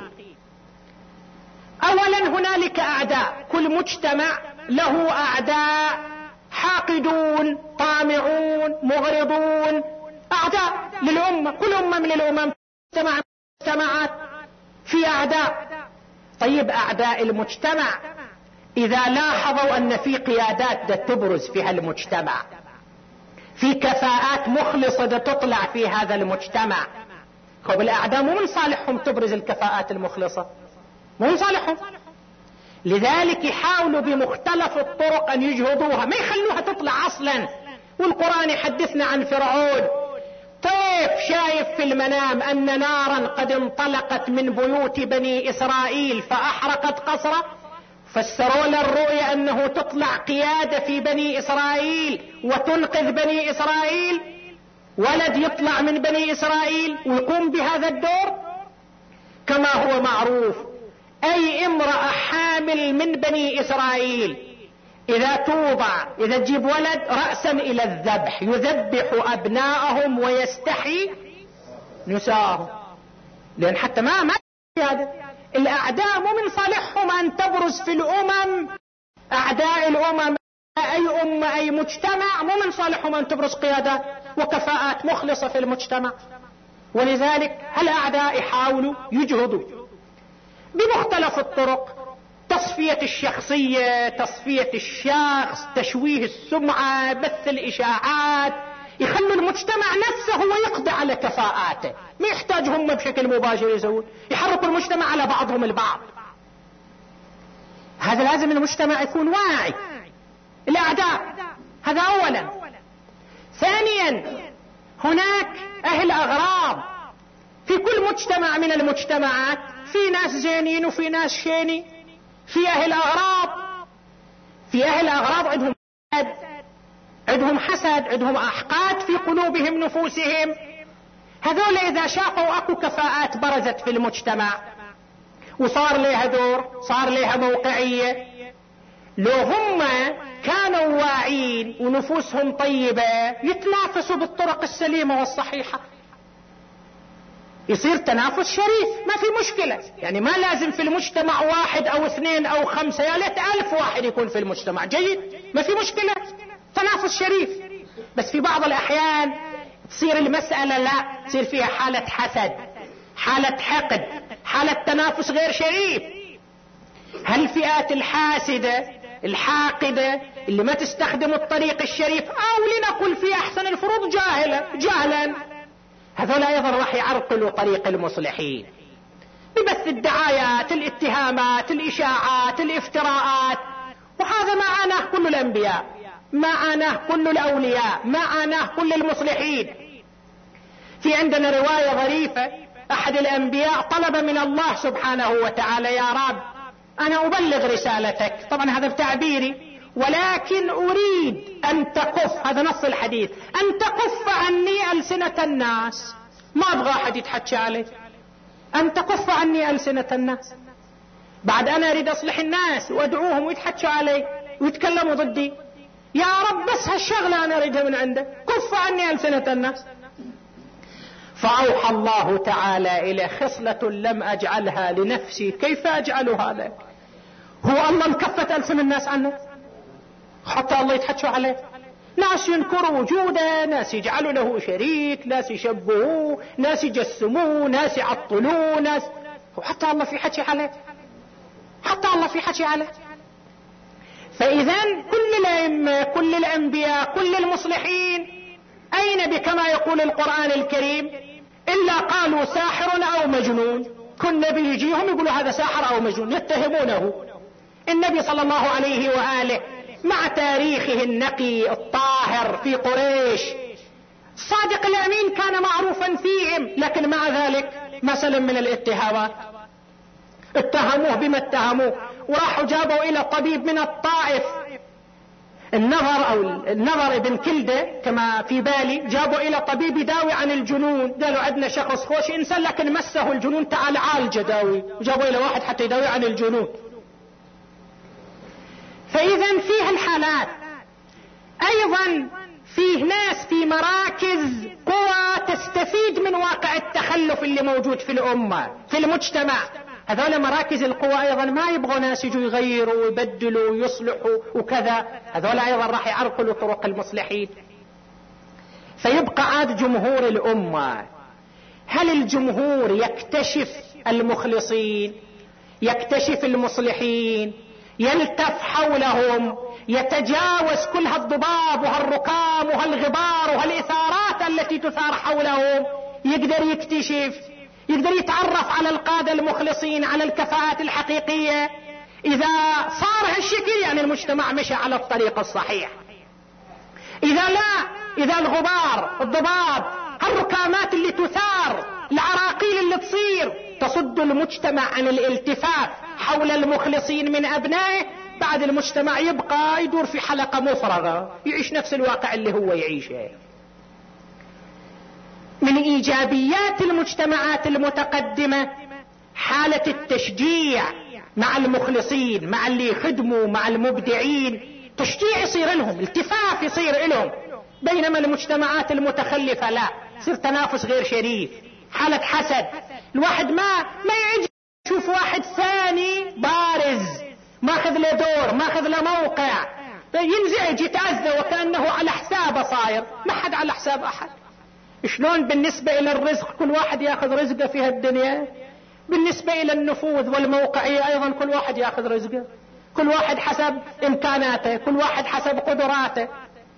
أولا هنالك أعداء، كل مجتمع له أعداء، حاقدون، طامعون، مغرضون، أعداء للأمة. كل أمة من الأمم مجتمعات في أعداء. طيب أعداء المجتمع إذا لاحظوا أن في قيادات تبرز في هالمجتمع، في كفاءات مخلصة تطلع في هذا المجتمع، خب الأعداء مو من صالحهم تبرز الكفاءات المخلصة، مو من صالحهم. لذلك يحاولوا بمختلف الطرق أن يجهضوها، ما يخلوها تطلع أصلا. والقرآن يحدثنا عن فرعون، طيف شايف في المنام أن نارا قد انطلقت من بيوت بني إسرائيل فأحرقت قصره فسروا له الرؤيا أنه تطلع قيادة في بني إسرائيل وتنقذ بني إسرائيل، ولد يطلع من بني إسرائيل ويقوم بهذا الدور. كما هو معروف أي امرأة حامل من بني إسرائيل إذا توضع، إذا تجيب ولد رأسا إلى الذبح، يذبح أبناءهم ويستحي نساءهم، لأن حتى ما هذا الأعداء مو من صالحهم أن تبرز في الأمم، أعداء الأمم أي أمة أي مجتمع مو من صالحهم أن تبرز قيادات وكفاءات مخلصة في المجتمع. ولذلك الأعداء يحاولوا يجهدوا بمختلف الطرق، تصفية الشخصية، تصفية الشخص، تشويه السمعة، بث الإشاعات، يخلوا المجتمع نفسه هو يقضي على كفاءاته، ما يحتاج هم بشكل مباشر يسوون، يحركوا المجتمع على بعضهم البعض. هذا لازم المجتمع يكون واعي الأعداء، هذا أولا. ثانيا هناك أهل أغراض في كل مجتمع من المجتمعات، في ناس زينين وفي ناس شيني، في أهل أغراض، في أهل أغراض عندهم حسد، عندهم أحقاد في قلوبهم نفوسهم. هذول إذا شافوا أكو كفاءات برزت في المجتمع وصار لها دور، صار لها موقعية، لو هم كانوا واعين ونفوسهم طيبة يتنافسوا بالطرق السليمة والصحيحة، يصير تنافس شريف، ما في مشكلة. يعني ما لازم في المجتمع 1 أو 2 أو 5، يا ليت 1000 واحد يكون في المجتمع، جيد، ما في مشكلة، تنافس شريف. بس في بعض الأحيان تصير المسألة لا، تصير فيها حالة حسد، حالة حقد، حالة تنافس غير شريف. هالفئات الحاسدة الحاقدة اللي ما تستخدم الطريق الشريف، أو لنقل في أحسن الفروض جهلا، هذول أيضا راح يعرقلوا طريق المصلحين ببث الدعايات، الاتهامات، الإشاعات، الافتراءات. وهذا ما عاناه كل الأنبياء، ما عاناه كل الأولياء، ما عاناه كل المصلحين. في عندنا رواية ظريفة، أحد الأنبياء طلب من الله سبحانه وتعالى: يا رب أنا أبلغ رسالتك، طبعا هذا بتعبيري، ولكن أريد أن تكف، هذا نص الحديث، أن تكف عني ألسنة الناس، ما أبغى أحد يتحكى علي، أن تكف عني ألسنة الناس. بعد أنا أريد أصلح الناس وأدعوهم ويتحكوا علي ويتكلموا ضدي، يا رب بس هالشغلة أنا أريدها من عندك، كف عني ألسنة الناس. فأوحى الله تعالى إلى: خصلة لم أجعلها لنفسي كيف أجعلها لك؟ هو الله انكفت ألسن الناس عنه حتى الله يتحكوا عليه؟ ناس ينكروا وجوده، ناس يجعلوا له شريك، ناس يشبهوه، ناس يجسموه، ناس يعطلوه، ناس، وحتى الله في حكي عليه، حتى الله في حكي عليه. فإذا كل الأئمة، كل الأنبياء، كل المصلحين أين بكما يقول القرآن الكريم إلا قالوا ساحر أو مجنون. كل نبي يجيهم يقولوا هذا ساحر أو مجنون، يتهمونه. النبي صلى الله عليه وآله مع تاريخه النقي الطاهر في قريش، الصادق الأمين، كان معروفا فيهم، لكن مع ذلك ما سلم من الاتهامات. اتهموه بما اتهموه، وراحوا جابوا إلى طبيب من الطائف، النظر ابن كلدة كما في بالي، جابوا إلى طبيب يداوي عن الجنون، قالوا عندنا شخص خوش إنسان لكن مسه الجنون، تعال عالجه داوي، وجابوا إلى واحد حتى يداوي عن الجنون. فإذا فيه الحالات. أيضا فيه ناس في مراكز قوى تستفيد من واقع التخلف اللي موجود في الأمة في المجتمع. هذول مراكز القوى أيضا ما يبغوا ناس يجوا يغيروا ويبدلوا ويصلحوا وكذا، هذول أيضا راح يعرقلوا طرق المصلحين. فيبقى عاد جمهور الأمة. هل الجمهور يكتشف المخلصين، يكتشف المصلحين، يلتف حولهم، يتجاوز كل هالضباب وهالركام وهالغبار وهالإثارات التي تثار حولهم، يقدر يكتشف، يقدر يتعرف على القادة المخلصين، على الكفاءات الحقيقية؟ إذا صار هالشكل يعني المجتمع مشى على الطريق الصحيح. إذا لا، إذا الغبار، الضباب، هالركامات اللي تثار، العراقيل اللي تصير تصد المجتمع عن الالتفاف حول المخلصين من أبنائه، بعد المجتمع يبقى يدور في حلقة مفرغة، يعيش نفس الواقع اللي هو يعيشه. من إيجابيات المجتمعات المتقدمة حالة التشجيع مع المخلصين، مع اللي يخدموا، مع المبدعين، تشجيع يصير لهم، التفاف يصير لهم. بينما المجتمعات المتخلفة لا، يصير تنافس غير شريف، حالة حسد. الواحد ما يعجب يشوف واحد ثاني بارز ماخذ له دور، ماخذ له موقع، ينزعج يتأذى وكأنه على حسابه صاير. ما حد على حساب أحد. شلون بالنسبة إلى الرزق كل واحد ياخذ رزقه في هالدنيا، بالنسبة إلى النفوذ والموقعية أيضا كل واحد ياخذ رزقه، كل واحد حسب إمكاناته، كل واحد حسب قدراته.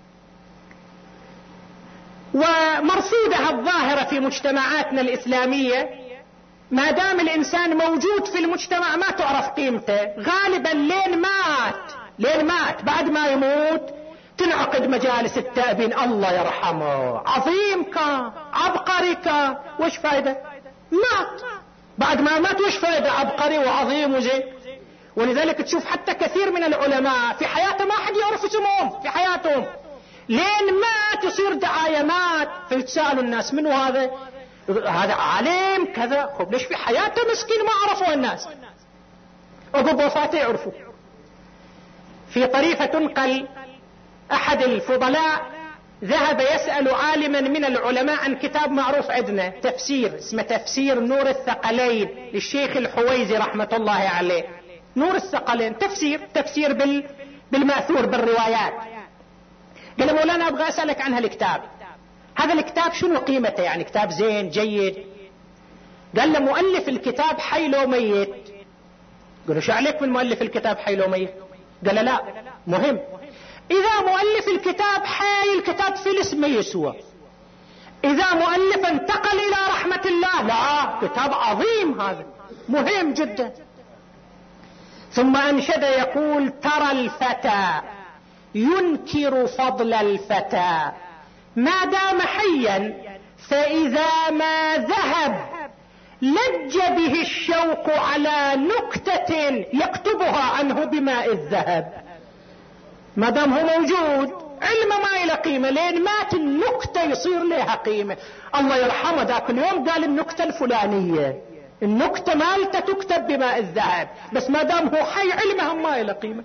ومرصودها الظاهرة في مجتمعاتنا الإسلامية، ما دام الإنسان موجود في المجتمع ما تعرف قيمته غالبا لين مات. بعد ما يموت تنعقد مجالس التأبين، الله يرحمه، عظيم كان، عبقري كان، وش فايدة؟ مات. بعد ما مات وش فايدة؟ عبقري وعظيم وزين. ولذلك تشوف حتى كثير من العلماء في حياته ما حد يعرف اسمهم في حياتهم، لين ما تصير دعايمات فيتسألوا الناس منو هذا عالم كذا. خب ليش في حياته مسكين ما عرفوا الناس، عقب وفاته يعرفوا. في طريفة تنقل أحد الفضلاء ذهب يسأل عالما من العلماء عن كتاب معروف عندنا، تفسير اسمه تفسير نور الثقلين للشيخ الحويزي رحمة الله عليه. نور الثقلين تفسير بالمأثور بالروايات. قال مولانا أبغى أسألك عن هالكتاب، هذا الكتاب شنو قيمته؟ يعني كتاب زين جيد؟ قال له مؤلف الكتاب حي لو ميت. قالوا شو عليك من مؤلف الكتاب حي لو ميت؟ قال لا مهم، إذا مؤلف الكتاب حي الكتاب فلس ما يسوى، إذا مؤلف انتقل إلى رحمة الله لا، كتاب عظيم هذا مهم جدا. ثم أنشد يقول ترى الفتى ينكر فضل الفتى ما دام حيا، فإذا ما ذهب لج به الشوق على نكتة يكتبها عنه بماء الذهب. ما دام هو موجود علمه ما له قيمة، لين مات النكتة يصير لها قيمة. الله يرحمه ذاك اليوم قال النكتة الفلانية، النكتة مالته تكتب بماء الذهب، بس ما دام هو حي علمها ما له قيمة.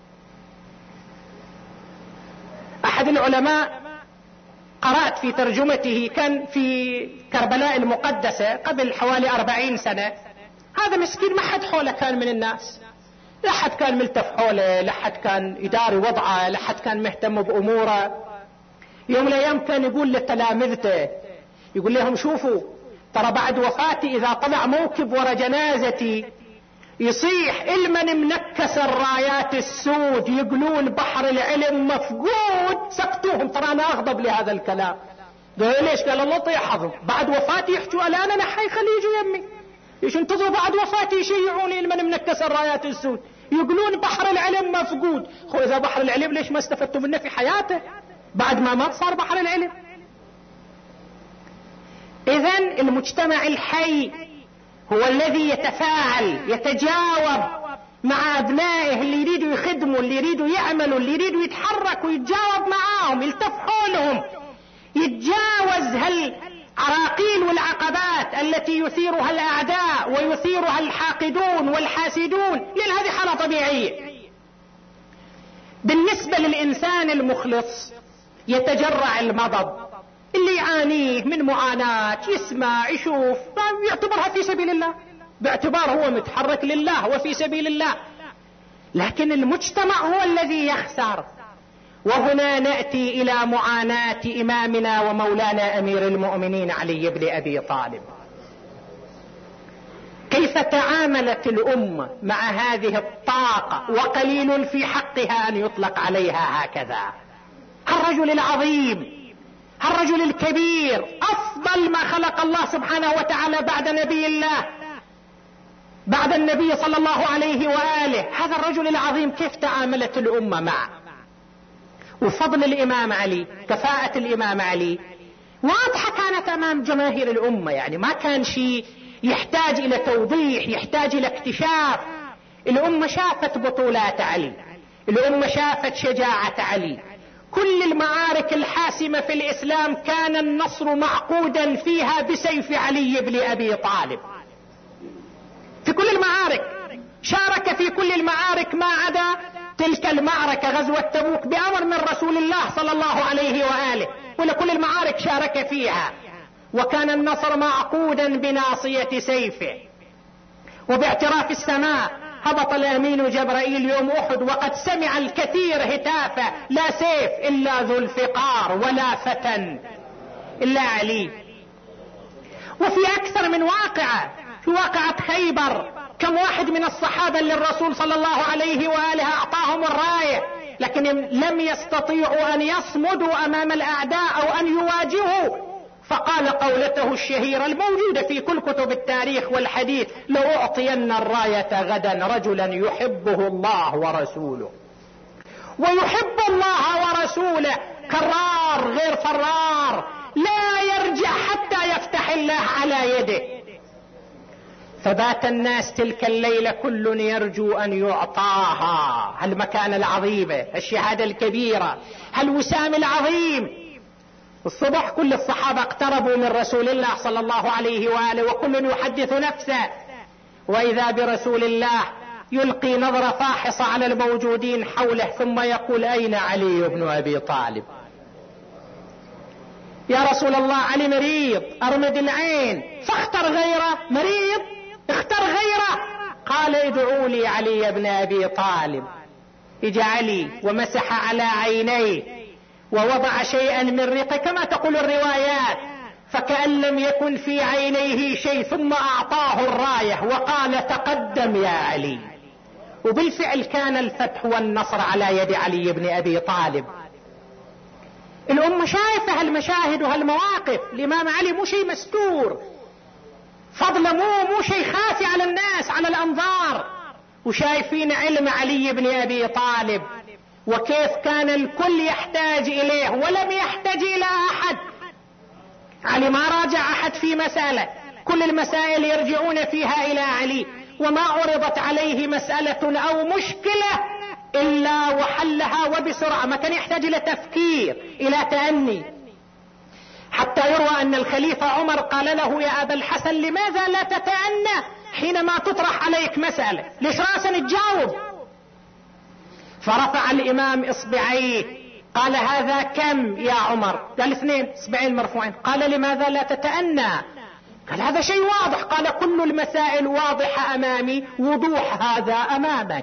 أحد العلماء قرأت في ترجمته، كان في كربلاء المقدسة قبل حوالي 40 سنة. هذا مسكين ما حد حوله كان من الناس، لا حد كان ملتف حوله، لا حد كان يداري وضعه، لا حد كان مهتم بأموره. يوم من الأيام كان يقول لتلامذته، يقول لهم شوفوا ترى بعد وفاتي إذا طلع موكب ورا جنازتي يصيح المن منكس الرايات السود يقولون بحر العلم مفقود، سقطوهم. ترى أنا أغضب لهذا الكلام. قالوا ليش؟ قال الله يحفظهم، بعد وفاتي يحجوا الآن أنا حي خليه يجوا يمي، ايش انتظروا بعد وفاتي يشيعوني المن منكس الرايات السود يقولون بحر العلم مفقود. خو إذا بحر العلم ليش ما استفدتوا منه في حياته؟ بعد ما مات صار بحر العلم. إذن المجتمع الحي هو الذي يتفاعل يتجاوب مع أبنائه اللي يريدوا يخدموا، اللي يريدوا يعملوا، اللي يريدوا يتحركوا، يتجاوب معاهم، يلتفحوا لهم، يتجاوز هالعراقيل والعقبات التي يثيرها الأعداء ويثيرها الحاقدون والحاسدون، لأن هذه حالة طبيعية. بالنسبة للإنسان المخلص يتجرع المضض اللي يعانيه من معاناة، يسمع يشوف يعتبرها في سبيل الله، باعتبار هو متحرك لله وفي سبيل الله. لكن المجتمع هو الذي يخسر. وهنا نأتي إلى معاناة إمامنا ومولانا أمير المؤمنين علي بن أبي طالب. كيف تعاملت الأمة مع هذه الطاقة، وقليل في حقها أن يطلق عليها هكذا. الرجل العظيم، الرجل الكبير، أفضل ما خلق الله سبحانه وتعالى بعد نبي الله، بعد النبي صلى الله عليه وآله، هذا الرجل العظيم كيف تعاملت الأمة معه. وفضل الإمام علي، كفاءة الإمام علي واضحة كانت أمام جماهير الأمة، يعني ما كان شيء يحتاج إلى توضيح، يحتاج إلى اكتشاف. الأمة شافت بطولات علي، الأمة شافت شجاعة علي. كل المعارك الحاسمة في الإسلام كان النصر معقودا فيها بسيف علي بن أبي طالب. في كل المعارك شارك، في كل المعارك ما عدا تلك المعركة غزوة تبوك بأمر من رسول الله صلى الله عليه وآله، ولكل المعارك شارك فيها، وكان النصر معقودا بناصية سيفه. وباعتراف السماء هبط الأمين جبرائيل يوم أحد وقد سمع الكثير هتافه: لا سيف إلا ذو الفقار ولا فتى إلا علي. وفي أكثر من واقعة، في واقعة خيبر كم واحد من الصحابة اللي الرسول صلى الله عليه وآله أعطاهم الراية، لكن لم يستطيعوا أن يصمدوا أمام الأعداء أو أن يواجهوا، فقال قولته الشهيرة الموجودة في كل كتب التاريخ والحديث: لو أعطين الراية غدا رجلا يحبه الله ورسوله. ويحب الله ورسوله كرار غير فرار، لا يرجع حتى يفتح الله على يده. فبات الناس تلك الليلة كل يرجو أن يعطاها هالمكانة العظيمة، الشهادة الكبيرة، هالوسام العظيم. الصبح كل الصحابة اقتربوا من رسول الله صلى الله عليه وآله وكل يحدث نفسه، وإذا برسول الله يلقي نظرة فاحصة على الموجودين حوله ثم يقول: أين علي بن أبي طالب؟ يا رسول الله علي مريض، أرمد العين، فاختر غيره. مريض، اختر غيره. قال: ادعوا لي علي بن أبي طالب. اجى علي ومسح على عينيه ووضع شيئا من ريقه كما تقول الروايات، فكأن لم يكن في عينيه شيء، ثم أعطاه الراية وقال: تقدم يا علي. وبالفعل كان الفتح والنصر على يد علي بن أبي طالب. الأمة شايفة هالمشاهد وهالمواقف. الإمام علي مو شيء مستور، فضل مو شيء خافي على الناس على الأنظار. وشايفين علم علي بن أبي طالب وكيف كان الكل يحتاج إليه ولم يحتاج إلى أحد. علي ما راجع أحد في مسألة، كل المسائل يرجعون فيها إلى علي، وما عرضت عليه مسألة أو مشكلة إلا وحلها وبسرعة، ما كان يحتاج إلى تفكير إلى تأني. حتى يروى أن الخليفة عمر قال له: يا أبا الحسن لماذا لا تتأنى حينما تطرح عليك مسألة؟ ليش راسا تجاوب؟ فرفع الإمام إصبعيه قال: هذا كم يا عمر؟ قال: 2 إصبعين مرفوعين. قال: لماذا لا تتأنى؟ قال: هذا شيء واضح. قال: كل المسائل واضحة أمامي، وضوح هذا أمامك.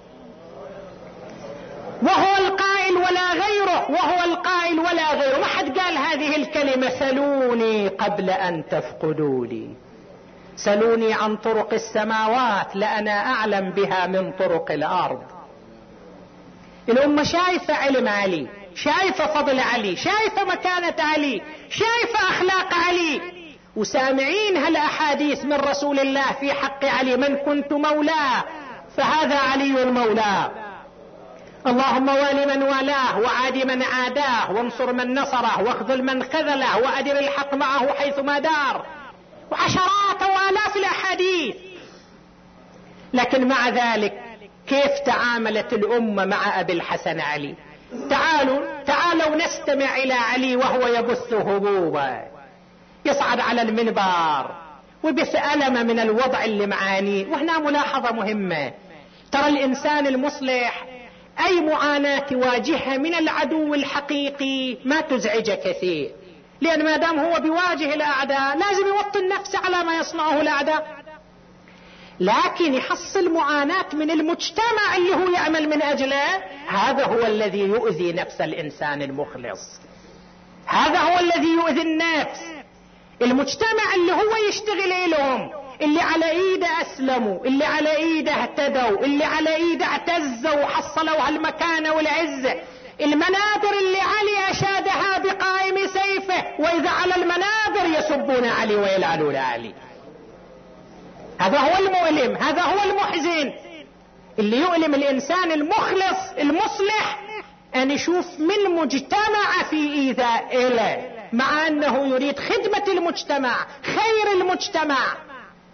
وهو القائل ولا غيره، وهو القائل ولا غيره. ما حد قال هذه الكلمة: سلوني قبل أن تفقدوني، سلوني عن طرق السماوات لأنا أعلم بها من طرق الأرض. الأمة شايفة علم علي، شايفة فضل علي، شايفة مكانة علي، شايفة أخلاق علي، وسامعين هالأحاديث من رسول الله في حق علي: من كنت مولاه فهذا علي المولى، اللهم وال من والاه وعاد من عاداه وانصر من نصره واخذل من خذله وأدر الحق معه حيثما دار، وعشرات وآلاف الأحاديث. لكن مع ذلك كيف تعاملت الأمة مع أبي الحسن علي؟ تعالوا نستمع إلى علي وهو يبث هبوبا، يصعد على المنبر وبث ألم من الوضع اللي معانيه. وهنا ملاحظة مهمة: ترى الإنسان المصلح أي معاناة تواجهها من العدو الحقيقي ما تزعج كثير، لأن ما دام هو بيواجه الأعداء لازم يوطي النفس على ما يصنعه الأعداء. لكن يحصل معاناة من المجتمع اللي هو يعمل من أجله، هذا هو الذي يؤذي نفس الإنسان المخلص، هذا هو الذي يؤذي النفس. المجتمع اللي هو يشتغل لهم، اللي على ايده اسلموا، اللي على ايده اهتدوا، اللي على ايده اعتزوا وحصلوا هالمكانة والعزة، المنابر اللي علي اشادها بقائم سيفه، واذا على المنابر يسبون علي ويلعنون علي. هذا هو المؤلم، هذا هو المحزن. اللي يؤلم الانسان المخلص المصلح ان يشوف من مجتمع في ايذاء له، مع انه يريد خدمة المجتمع، خير المجتمع،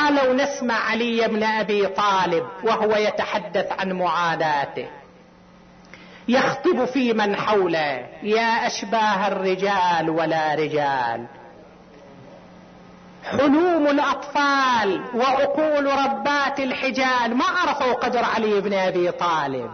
تعالوا نسمع علي بن أبي طالب وهو يتحدث عن معاناته، يخطب في من حوله: يا أشباه الرجال ولا رجال، حلوم الأطفال وعقول ربات الحجال. ما عرفوا قدر علي بن أبي طالب.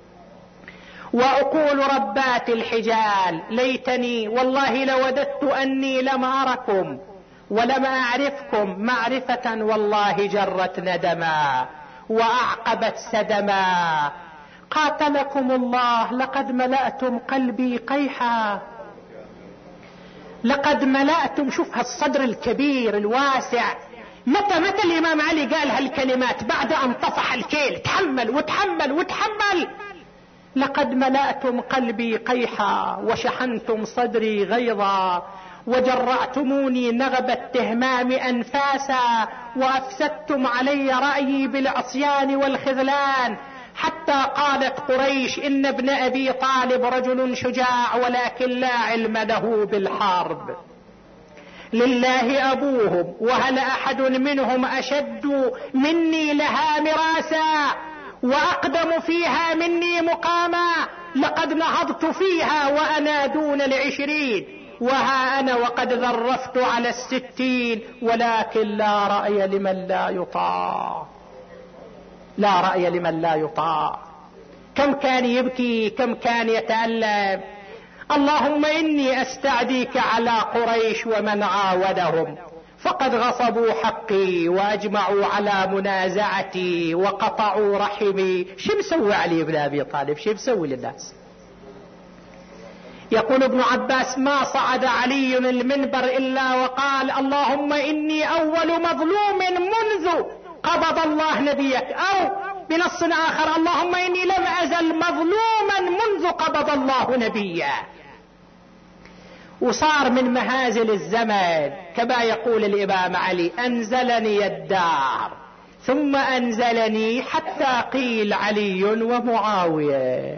وعقول ربات الحجال، ليتني والله لوددت أني لم أركم ولم أعرفكم معرفة والله جرت ندما وأعقبت سدما. قاتلكم الله، لقد ملأتم قلبي قيحا، لقد ملأتم. شوف هالصدر الكبير الواسع. متى الإمام علي قال هالكلمات؟ بعد أن طفح الكيل، تحمل وتحمل وتحمل. لقد ملأتم قلبي قيحا وشحنتم صدري غيظا وجرعتموني نغب التهمام أنفاسا وأفسدتم علي رأيي بالعصيان والخذلان، حتى قالت قريش إن ابن أبي طالب رجل شجاع ولكن لا علم له بالحرب. لله أبوهم، وهل أحد منهم أشد مني لها مراسا وأقدم فيها مني مقاما؟ لقد نهضت فيها وأنا دون 20، وها أنا وقد ذرفت على 60، ولكن لا رأي لمن لا يطاع، لا رأي لمن لا يطاع. كم كان يبكي، كم كان يتألم. اللهم إني أستعديك على قريش ومن عاودهم، فقد غصبوا حقي وأجمعوا على منازعتي وقطعوا رحمي. شو مسوي علي بن أبي طالب؟ شو مسوي للناس؟ يقول ابن عباس: ما صعد علي المنبر إلا وقال: اللهم إني أول مظلوم منذ قبض الله نبيك، أو بنص آخر: اللهم إني لم أزل مظلوما منذ قبض الله نبيا. وصار من مهازل الزمن كما يقول الإمام علي: أنزلني الدار ثم أنزلني حتى قيل علي ومعاوية.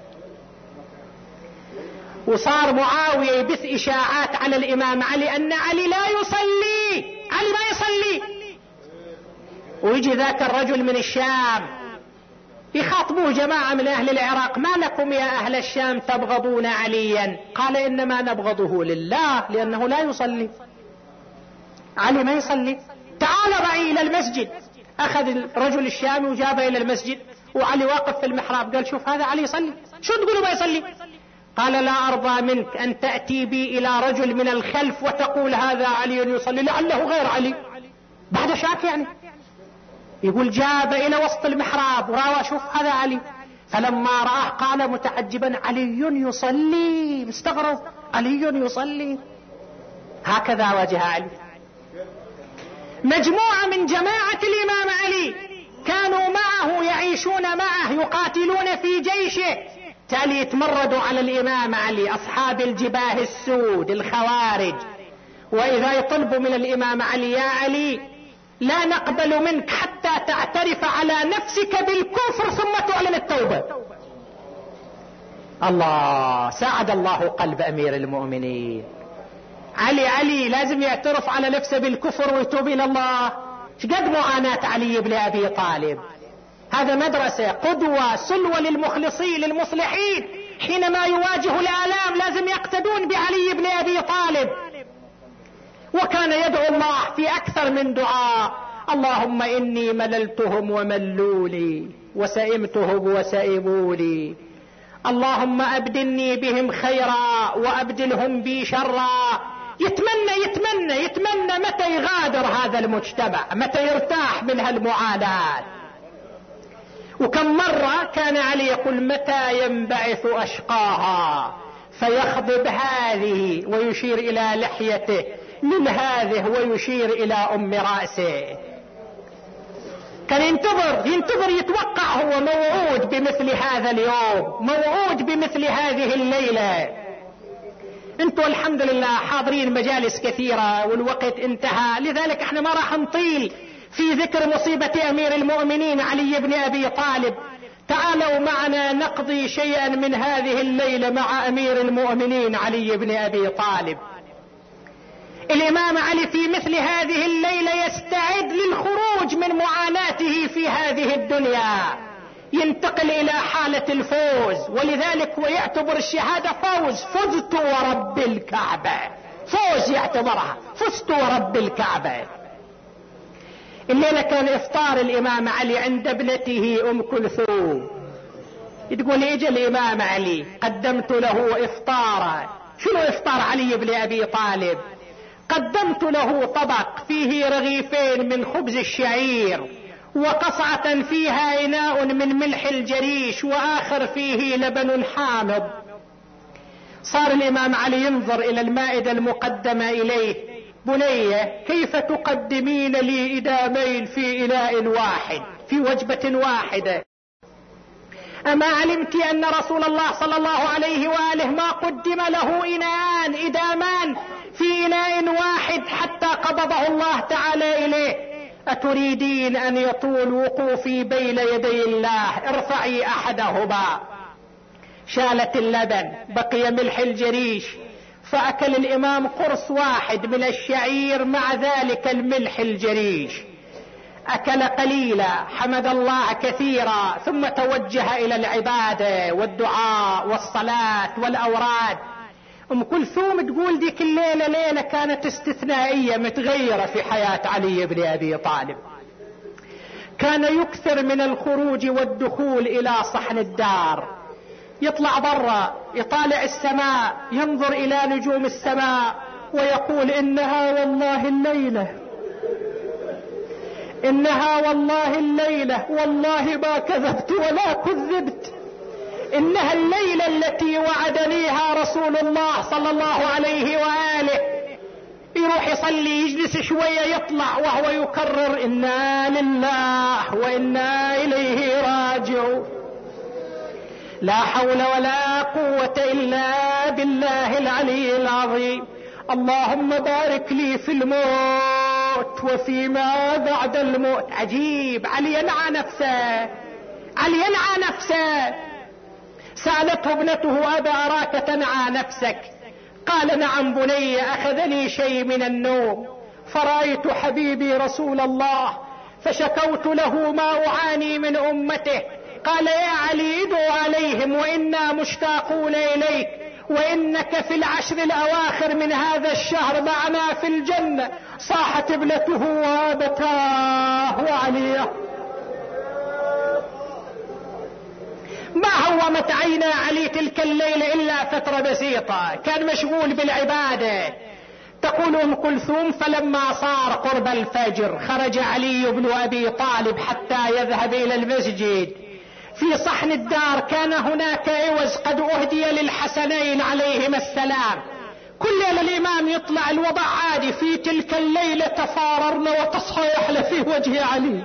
وصار معاوية يبث إشاعات على الإمام علي أن علي لا يصلي، علي ما يصلي. ويجي ذاك الرجل من الشام يخاطبوه جماعة من أهل العراق: ما لكم يا أهل الشام تبغضون عليا؟ قال: إنما نبغضه لله لأنه لا يصلي. علي ما يصلي. تعال معي إلى المسجد. أخذ الرجل الشامي وجابه إلى المسجد، وعلي واقف في المحراب. قال: شوف هذا علي يصلي، شو تقولوا ما يصلي؟ قال: لا أرضى منك أن تأتي بي إلى رجل من الخلف وتقول هذا علي يصلي لعله غير علي. بعد شاك يعني. يقول: جاب إلى وسط المحراب وراوى: شوف هذا علي. فلما رآه قال متعجبا: علي يصلي. مستغرب: علي يصلي. هكذا واجه علي. مجموعة من جماعة الإمام علي كانوا معه، يعيشون معه، يقاتلون في جيشه، تالي يتمردوا على الإمام علي، أصحاب الجباه السود الخوارج. وإذا يطلبوا من الإمام علي: يا علي لا نقبل منك حتى تعترف على نفسك بالكفر ثم تعلن التوبة. الله، ساعد الله قلب أمير المؤمنين. علي لازم يعترف على نفسه بالكفر ويتوب إلى الله. شقد معاناة علي بن أبي طالب. هذا مدرسة، قدوة، سلوة للمخلصين للمصلحين. حينما يواجه الآلام لازم يقتدون بعلي بن أبي طالب. وكان يدعو الله في أكثر من دعاء: اللهم إني مللتهم وملوا لي وسئمتهم وسئموا لي، اللهم أبدلني بهم خيرا وأبدلهم بي شرا. يتمنى متى يغادر هذا المجتمع، متى يرتاح من هالمعاناة. وكم مرة كان علي يقول: متى ينبعث أشقاها فيخضب هذه، ويشير إلى لحيته، من هذه ويشير إلى أم رأسه. كان ينتظر يتوقع، هو موعود بمثل هذا اليوم، موعود بمثل هذه الليلة. انتوا الحمد لله حاضرين مجالس كثيرة والوقت انتهى، لذلك احنا ما راح نطيل في ذكر مصيبة أمير المؤمنين علي بن أبي طالب. تعالوا معنا نقضي شيئا من هذه الليلة مع أمير المؤمنين علي بن أبي طالب. الإمام علي في مثل هذه الليلة يستعد للخروج علي في هذه الدنيا ينتقل الى حالة الفوز، ولذلك هو يعتبر الشهادة فوز. فزت ورب الكعبة، فوز يعتبرها، فزت ورب الكعبة. الليلة كان افطار الامام علي عند ابنته ام كلثوم. تقول اجى الامام علي قدمت له افطارا. شنو افطار علي بن ابي طالب؟ قدمت له طبق فيه رغيفين من خبز الشعير، وقصعة فيها إناء من ملح الجريش، وآخر فيه لبن حامض. صار الإمام علي ينظر إلى المائدة المقدمة إليه. بنية كيف تقدمين لي إدامين في إناء واحد في وجبة واحدة؟ أما علمت أن رسول الله صلى الله عليه وآله ما قدم له إناءان إدامان في إناء واحد حتى قبضه الله تعالى إليه؟ أتريدين أن يطول وقوفي بين يدي الله؟ ارفعي أحدهما. شالت اللبن، بقي ملح الجريش، فأكل الإمام قرص واحد من الشعير مع ذلك الملح الجريش. أكل قليلا، حمد الله كثيرا، ثم توجه إلى العبادة والدعاء والصلاة والأوراد. أم كلثوم تقول ديك الليلة ليلة كانت استثنائية متغيرة في حياة علي بن أبي طالب. كان يكثر من الخروج والدخول إلى صحن الدار، يطلع برا يطالع السماء، ينظر إلى نجوم السماء ويقول إنها والله الليلة، إنها والله الليلة، والله ما كذبت ولا كذبت، إنها الليلة التي وعدنيها رسول الله صلى الله عليه وآله. يروح يصلي، يجلس شوية، يطلع وهو يكرر إنا لله وإنا إليه راجعون، لا حول ولا قوة إلا بالله العلي العظيم. اللهم بارك لي في الموت وفيما بعد الموت. عجيب، علي ينعى نفسه، علي ينعى نفسه. سألته ابنته أبا أراك تنعى نفسك؟ قال نعم بني، أخذني شيء من النوم فرأيت حبيبي رسول الله فشكوت له ما أعاني من أمته. قال يا علي ادعو عليهم وإنا مشتاقون إليك، وإنك في العشر الأواخر من هذا الشهر معنا في الجنة. صاحت ابنته وابتاه وعليه. ما هومت عينا علي تلك الليلة إلا فترة بسيطة، كان مشغول بالعبادة. تقول أم كلثوم فلما صار قرب الفجر خرج علي بن أبي طالب حتى يذهب إلى المسجد. في صحن الدار كان هناك عوز قد أهدي للحسنين عليهما السلام. كل ليلة الإمام يطلع الوضع عادي، في تلك الليلة تفاررن وتصحيح في وجه علي.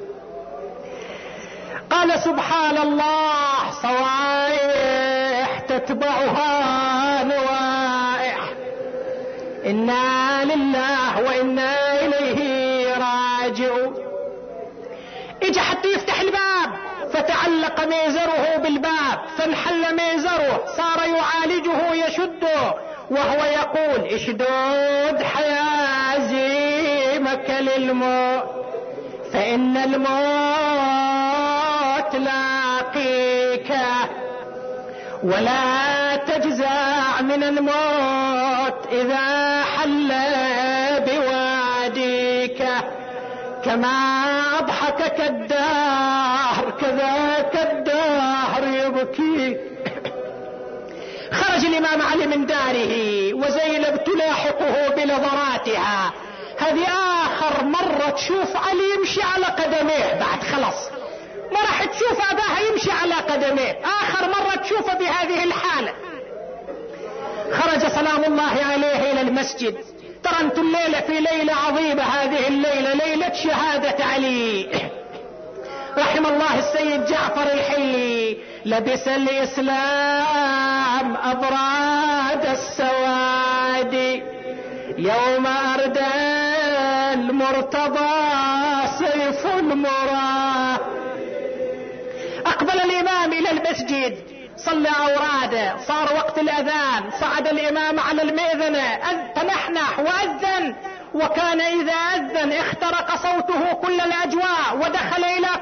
قال سبحان الله، صوائح تتبعها نوائح، إنا لله وإنا إليه راجعون. اجى حتى يفتح الباب فتعلق ميزره بالباب، فانحل ميزره، صار يعالجه يشده وهو يقول اشدد حيازيمك للموت فإن الموت لاقيك، ولا تجزع من الموت إذا حل بواديك، كما أضحكك الدهر كذاك الدهر يبكي. خرج الإمام علي من داره وزينب تلاحقه بنظراتها. هذه آخر مرة تشوف علي يمشي على قدميه، بعد خلص ما راح تشوف أباها يمشي على قدميه، آخر مرة تشوفه بهذه الحالة. خرج سلام الله عليه إلى المسجد. ترى انتم الليلة في ليلة عظيمة، هذه الليلة ليلة شهادة علي. رحم الله السيد جعفر الحلي، لبس الإسلام أبراد السواد يوم أردى المرتضى سيف المراه. أقبل الإمام إلى المسجد، صلى أوراده، صار وقت الأذان، صعد الإمام على المئذنة، تنحنح وأذن، وكان إذا أذن اخترق صوته كل الأجواء ودخل إلى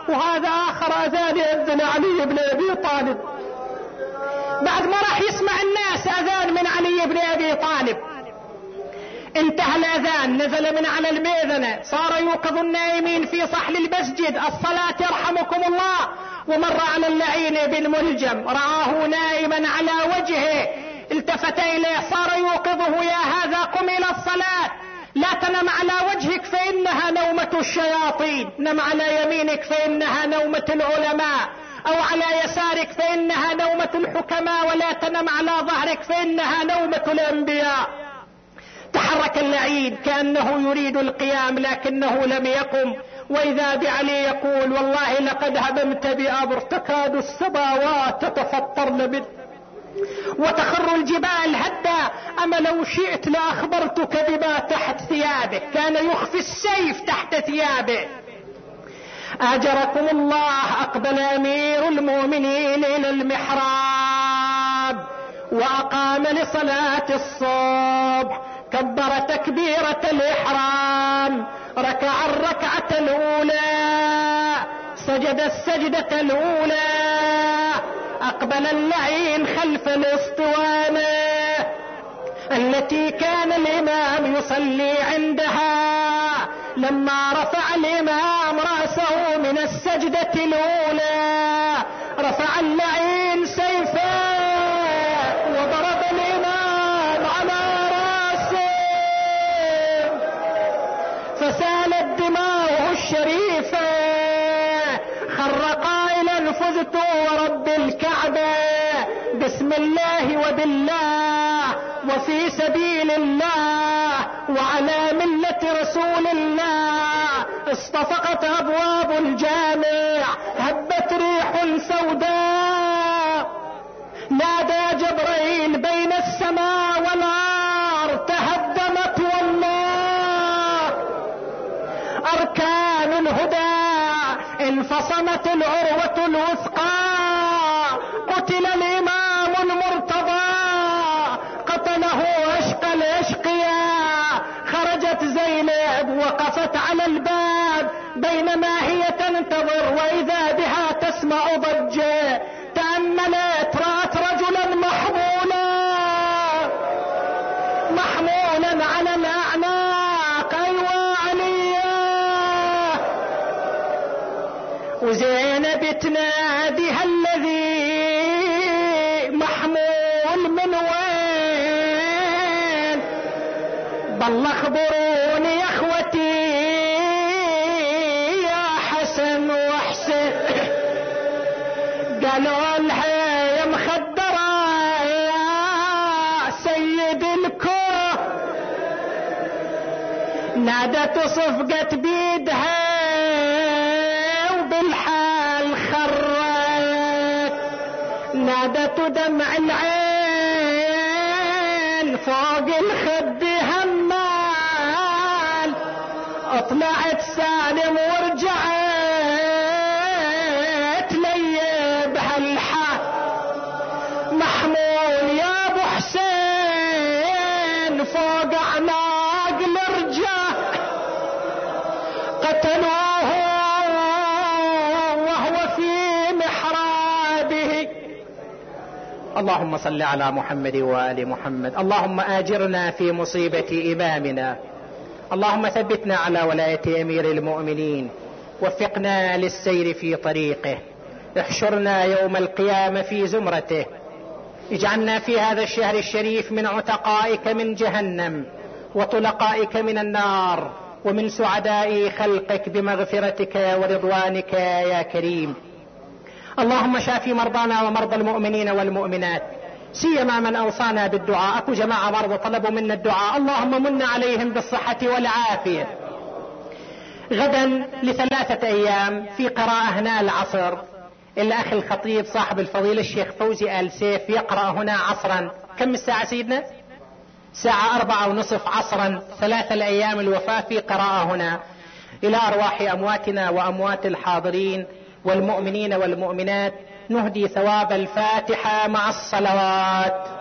وهذا آخر أذان يأذن علي بن أبي طالب. بعد ما راح يسمع الناس أذان من علي بن أبي طالب، انتهى الأذان، نزل من على المئذنة، صار يوقظ النائمين في صحن المسجد: الصلاة يرحمكم الله. ومر على اللعين بن ملجم، رآه نائما على وجهه، التفت إليه، صار يوقظه: يا هذا قم إلى الصلاة، لا تنم على وجهك فإنها نومة الشياطين، نم على يمينك فإنها نومة العلماء، أو على يسارك فإنها نومة الحكماء، ولا تنم على ظهرك فإنها نومة الأنبياء. تحرك اللعين كأنه يريد القيام لكنه لم يقم، وإذا بعلي يقول: والله لقد هممت بأمر تكاد السماوات تتفطرن منه وتخر الجبال هدا، أما لو شئت لأخبرتك بما تحت ثيابه. كان يخفي السيف تحت ثيابه. أجركم الله، أقبل أمير المؤمنين إلى المحراب وأقام لصلاة الصبح، كبر تكبيرة الإحرام، ركع الركعة الأولى، سجد السجدة الأولى، أقبل اللعين خلف الاسطوانة التي كان الإمام يصلي عندها. لما رفع الإمام رأسه من السجدة الأولى، رفع اللعين سيفه وضرب الإمام على رأسه، فسالت دماؤه الشريفة، خر قائلا: فزت ورب الكعبة، بسم الله وبالله وفي سبيل الله وعلى ملة رسول الله. اصطفقت أبواب الجامع، هبت ريح سوداء، نادى جبريل بين السماء والأرض: تهدمت والله أركان الهدى، انفصمت العروة الوثقى، قتل الإمام المرتضى، قتله أشقى الأشقياء. خرجت زينب وقفت على الباب بينما هي تنتظر، وإذا بها تسمع ضجة. تأملت، رأت رجلا محمولا على الأعناق. أيوة عليا. وزينب تناديها: الذي محمول من وين؟ بالله اخبروني يا اخوتي يا حسن وحسين. قالوا لها: يا مخدرة يا سيد الكون. نادت صفقت بيدها وبالحال خرت، نادت دمع العين فوق الخد همال. اطلعت سالم ورجعت لي بهالحال. محمول يا ابو حسين فوق اعناق الرجال، قتلوه وهو في محرابه. اللهم صل على محمد وآل محمد. اللهم آجرنا في مصيبة إمامنا، اللهم ثبتنا على ولاية أمير المؤمنين، وفقنا للسير في طريقه، احشرنا يوم القيامة في زمرته، اجعلنا في هذا الشهر الشريف من عتقائك من جهنم وطلقائك من النار، ومن سعداء خلقك بمغفرتك ورضوانك يا كريم. اللهم شافي مرضانا ومرضى المؤمنين والمؤمنات، سيما من أوصانا بالدعاء. أكو جماعة مرضى طلبوا منا الدعاء، اللهم من عليهم بالصحة والعافية. غدا ل3 أيام في قراءة هنا العصر، الأخ الخطيب صاحب الفضيلة الشيخ فوزي آل سيف يقرأ هنا عصرا. كم الساعة سيدنا؟ ساعة 4:30 عصرا، 3 الأيام الوفاة في قراءة هنا. إلى أرواح أمواتنا وأموات الحاضرين والمؤمنين والمؤمنات نهدي ثواب الفاتحة مع الصلوات.